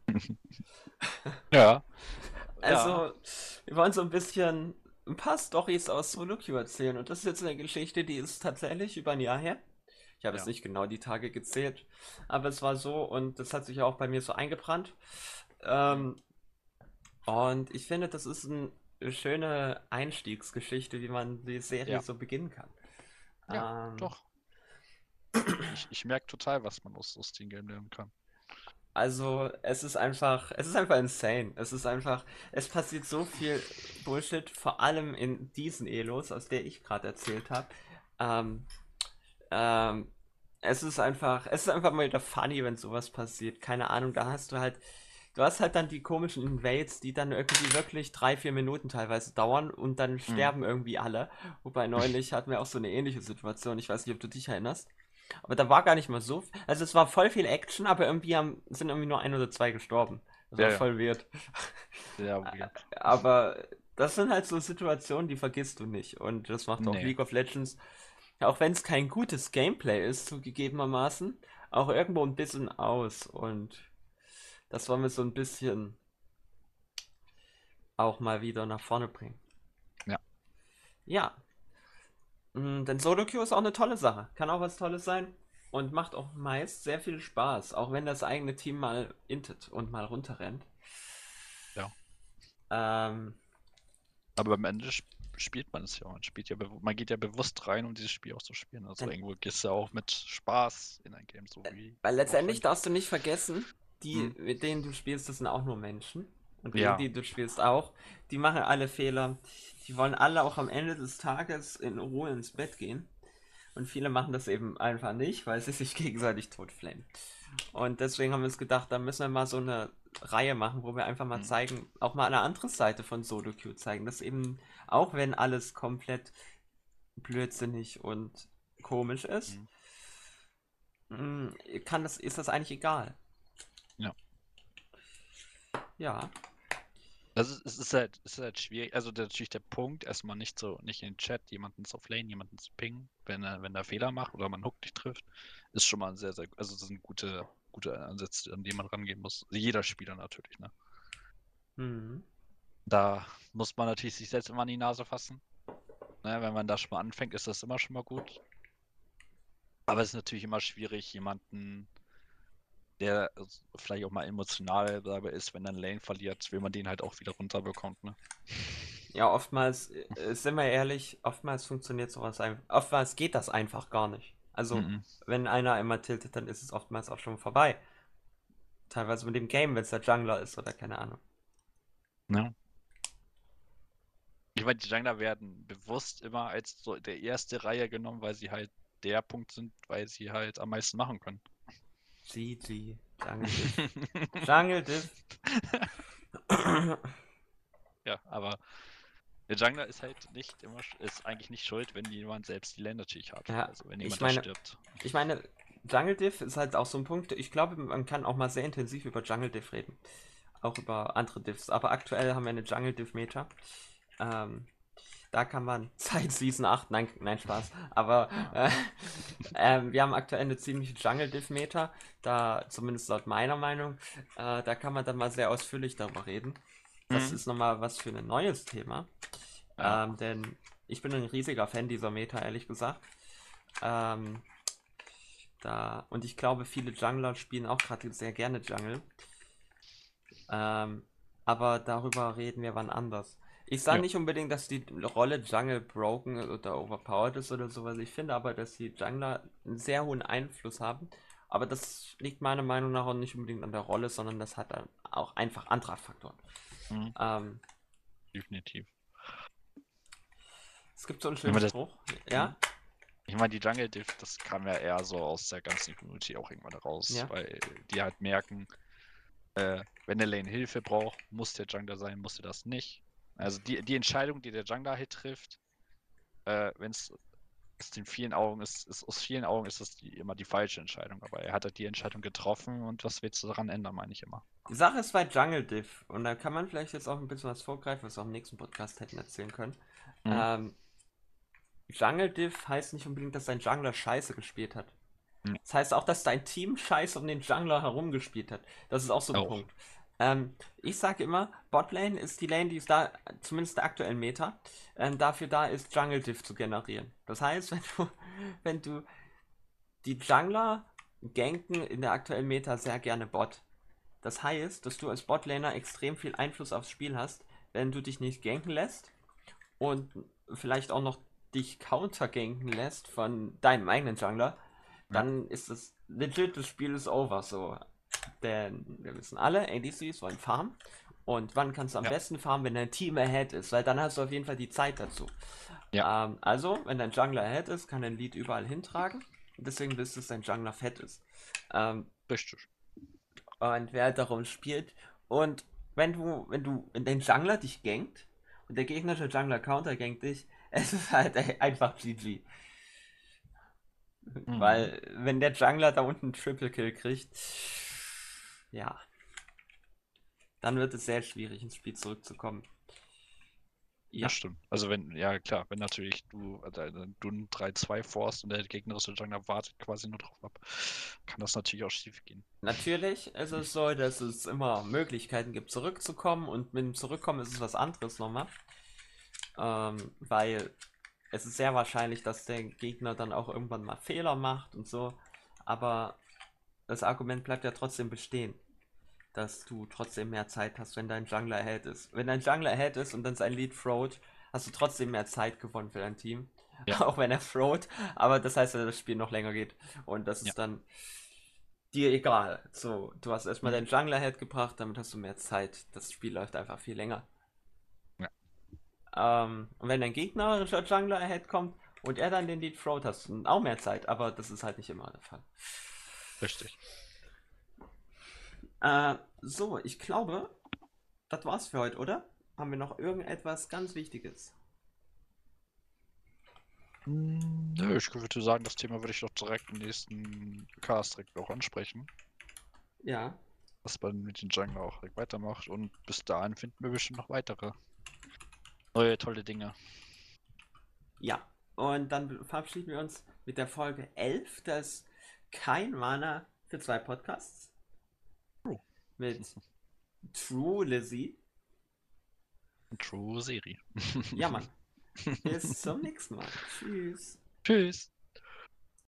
Ja. Also, Ja. wir wollen so ein bisschen ein paar Storys aus Solo Queue erzählen. Und das ist jetzt eine Geschichte, die ist tatsächlich über ein Jahr her. Ich habe Ja. es nicht genau die Tage gezählt, aber es war so und das hat sich auch bei mir so eingebrannt. Ähm, und ich finde, das ist eine schöne Einstiegsgeschichte, wie man die Serie Ja. so beginnen kann. Ja, Ähm, doch. Ich, ich merke total, was man aus, aus dem Game lernen kann. Also, es ist einfach, es ist einfach insane. Es ist einfach, es passiert so viel Bullshit, vor allem in diesen Elos, aus der ich gerade erzählt habe. Ähm, ähm, es ist einfach, es ist einfach mal wieder funny, wenn sowas passiert. Keine Ahnung, da hast du halt, du hast halt dann die komischen Invades, die dann irgendwie wirklich drei, vier Minuten teilweise dauern und dann Hm. sterben irgendwie alle. Wobei neulich hatten wir auch so eine ähnliche Situation. Ich weiß nicht, ob du dich erinnerst. Aber da war gar nicht mal so. Also es war voll viel Action, aber irgendwie haben, sind irgendwie nur ein oder zwei gestorben. Das Ja, war ja. voll weird. Sehr weird. Aber das sind halt so Situationen, die vergisst du nicht. Und das macht auch Nee. League of Legends, auch wenn es kein gutes Gameplay ist, zugegebenermaßen, auch irgendwo ein bisschen aus. Und das wollen wir so ein bisschen auch mal wieder nach vorne bringen. Ja. Ja, mm, denn Solo Queue ist auch eine tolle Sache. Kann auch was Tolles sein. Und macht auch meist sehr viel Spaß, auch wenn das eigene Team mal intet und mal runterrennt. Ja. Ähm, Aber am Ende sp spielt man es ja. Man spielt ja bewu- man geht ja bewusst rein, um dieses Spiel auch zu spielen. Also denn, irgendwo gehst du auch mit Spaß in ein Game, so wie weil letztendlich Offline. darfst du nicht vergessen, die, Hm. mit denen du spielst, das sind auch nur Menschen. Und gegen Ja. die du spielst auch. Die machen alle Fehler. Die wollen alle auch am Ende des Tages in Ruhe ins Bett gehen. Und viele machen das eben einfach nicht, weil sie sich gegenseitig totflamen. Und deswegen haben wir uns gedacht, da müssen wir mal so eine Reihe machen, wo wir einfach mal Hm. zeigen, auch mal eine andere Seite von Solo Queue zeigen. Dass eben, auch wenn alles komplett blödsinnig und komisch ist, Hm. mh, kann das, ist das eigentlich egal. Ja. Ja. Also es ist halt, es ist halt schwierig. Also der, natürlich der Punkt, erstmal nicht so, nicht in den Chat jemanden zu flame, jemanden zu pingen, wenn er, wenn er Fehler macht oder man Hook nicht trifft, ist schon mal ein sehr, sehr, also das sind gute, gute Ansätze, an die man rangehen muss. Jeder Spieler natürlich, ne? Mhm. Da muss man natürlich sich selbst immer an die Nase fassen. Ne? Wenn man da schon mal anfängt, ist das immer schon mal gut. Aber es ist natürlich immer schwierig, jemanden, der vielleicht auch mal emotional dabei ist, wenn er eine Lane verliert, will man den halt auch wieder runterbekommt, ne? Ja, oftmals, äh, sind wir ehrlich, oftmals funktioniert sowas einfach. Oftmals geht das einfach gar nicht. Also, Mhm. wenn einer einmal tiltet, dann ist es oftmals auch schon vorbei. Teilweise mit dem Game, wenn es der Jungler ist oder keine Ahnung. Ja. Ich meine, die Jungler werden bewusst immer als so der erste Reihe genommen, weil sie halt der Punkt sind, weil sie halt am meisten machen können. G G. Jungle Diff. Jungle Diff. Ja, aber der Jungler ist halt nicht immer, sch- ist eigentlich nicht schuld, wenn jemand selbst die Lane-Natürlich hat. Ja, Also wenn ich jemand da meine, stirbt. ich meine, Jungle Diff ist halt auch so ein Punkt. Ich glaube, man kann auch mal sehr intensiv über Jungle Diff reden. Auch über andere Diffs. Aber aktuell haben wir eine Jungle Diff Meta. Ähm, Da kann man Zeit Season acht, nein, nein, Spaß. Aber äh, ähm, wir haben aktuell eine ziemliche Jungle Diff Meta. Da, zumindest laut meiner Meinung, äh, da kann man dann mal sehr ausführlich darüber reden. Das Mhm. ist nochmal was für ein neues Thema. Ja. Ähm, denn ich bin ein riesiger Fan dieser Meta, ehrlich gesagt. Ähm, da, und ich glaube, viele Jungler spielen auch gerade sehr gerne Jungle. Ähm, aber darüber reden wir wann anders. Ich sage Ja. nicht unbedingt, dass die Rolle Jungle broken oder overpowered ist oder sowas. Ich finde aber, dass die Jungler einen sehr hohen Einfluss haben. Aber das liegt meiner Meinung nach auch nicht unbedingt an der Rolle, sondern das hat dann auch einfach andere Faktoren. Mhm. Ähm, Definitiv. Es gibt so einen Ich schönen meine, das, Spruch, mhm. ja? Ich meine, die Jungle Diff, das kam ja eher so aus der ganzen Community auch irgendwann raus, Ja. weil die halt merken, äh, wenn der Lane Hilfe braucht, muss der Jungler sein, muss er das nicht. Also die, die Entscheidung, die der Jungler halt trifft, äh, wenn es in vielen Augen ist, ist, aus vielen Augen ist das die, immer die falsche Entscheidung, aber er hat halt die Entscheidung getroffen und was willst du daran ändern, meine ich immer. Die Sache ist bei Jungle Diff, und da kann man vielleicht jetzt auch ein bisschen was vorgreifen, was wir auch im nächsten Podcast hätten erzählen können. Mhm. Ähm, Jungle Diff heißt nicht unbedingt, dass dein Jungler scheiße gespielt hat. Mhm. Das heißt auch, dass dein Team scheiße um den Jungler herum gespielt hat. Das ist auch so ein Auch. Punkt. Ähm, ich sage immer, Botlane ist die Lane, die ist da, zumindest der aktuellen Meta, ähm, dafür da ist, Jungle Diff zu generieren. Das heißt, wenn du, wenn du die Jungler ganken in der aktuellen Meta sehr gerne Bot. Das heißt, dass du als Botlaner extrem viel Einfluss aufs Spiel hast, wenn du dich nicht ganken lässt und vielleicht auch noch dich counterganken lässt von deinem eigenen Jungler, Ja. dann ist das legit, das Spiel ist over so. Denn wir wissen alle, A D Cs wollen farmen. Und wann kannst du am Ja. besten farmen, wenn dein Team ahead ist? Weil dann hast du auf jeden Fall die Zeit dazu. Ja. Ähm, also, wenn dein Jungler ahead ist, kann dein Lead überall hintragen. Und deswegen willst du, dass dein Jungler fett ist. Ähm, Richtig. und wer halt darum spielt. Und wenn du, wenn du, wenn dein Jungler dich gankt und der gegnerische Jungler counter gankt dich, es ist halt einfach G G. Mhm. Weil, wenn der Jungler da unten einen Triple Kill kriegt, ja, dann wird es sehr schwierig, ins Spiel zurückzukommen. Das Ja, stimmt. Also wenn, ja klar, wenn natürlich du, also du ein drei zwei forst und der gegnerische Jungler wartet quasi nur drauf ab, kann das natürlich auch schief gehen. natürlich ist es so, dass es immer Möglichkeiten gibt, zurückzukommen. Und mit dem Zurückkommen ist es was anderes nochmal. Ähm, weil es ist sehr wahrscheinlich, dass der Gegner dann auch irgendwann mal Fehler macht und so. Aber das Argument bleibt ja trotzdem bestehen, dass du trotzdem mehr Zeit hast, wenn dein Jungler ahead ist. Wenn dein Jungler ahead ist und dann sein Lead throwt, hast du trotzdem mehr Zeit gewonnen für dein Team. Ja, Auch wenn er throwt, aber das heißt, dass das Spiel noch länger geht. Und das ja. ist dann dir egal. So, du hast erstmal Mhm. deinen Jungler ahead gebracht, damit hast du mehr Zeit. Das Spiel läuft einfach viel länger. Ja, Ähm, und wenn dein gegnerischer Jungler ahead kommt und er dann den Lead throwt, hast du auch mehr Zeit, aber das ist halt nicht immer der Fall. richtig. Äh, so, ich glaube, das war's für heute, oder? Haben wir noch irgendetwas ganz Wichtiges? Hm, nö, ich würde sagen, das Thema würde ich doch direkt im nächsten Cast direkt auch ansprechen, Ja, dass man mit den Jungler auch direkt weitermacht und bis dahin finden wir bestimmt noch weitere neue tolle Dinge. ja. Und dann verabschieden wir uns mit der Folge elf des Kein Mana für zwei Podcasts True. mit True Lizzie. True Serie. Ja, Mann. Bis zum nächsten Mal. Tschüss. Tschüss.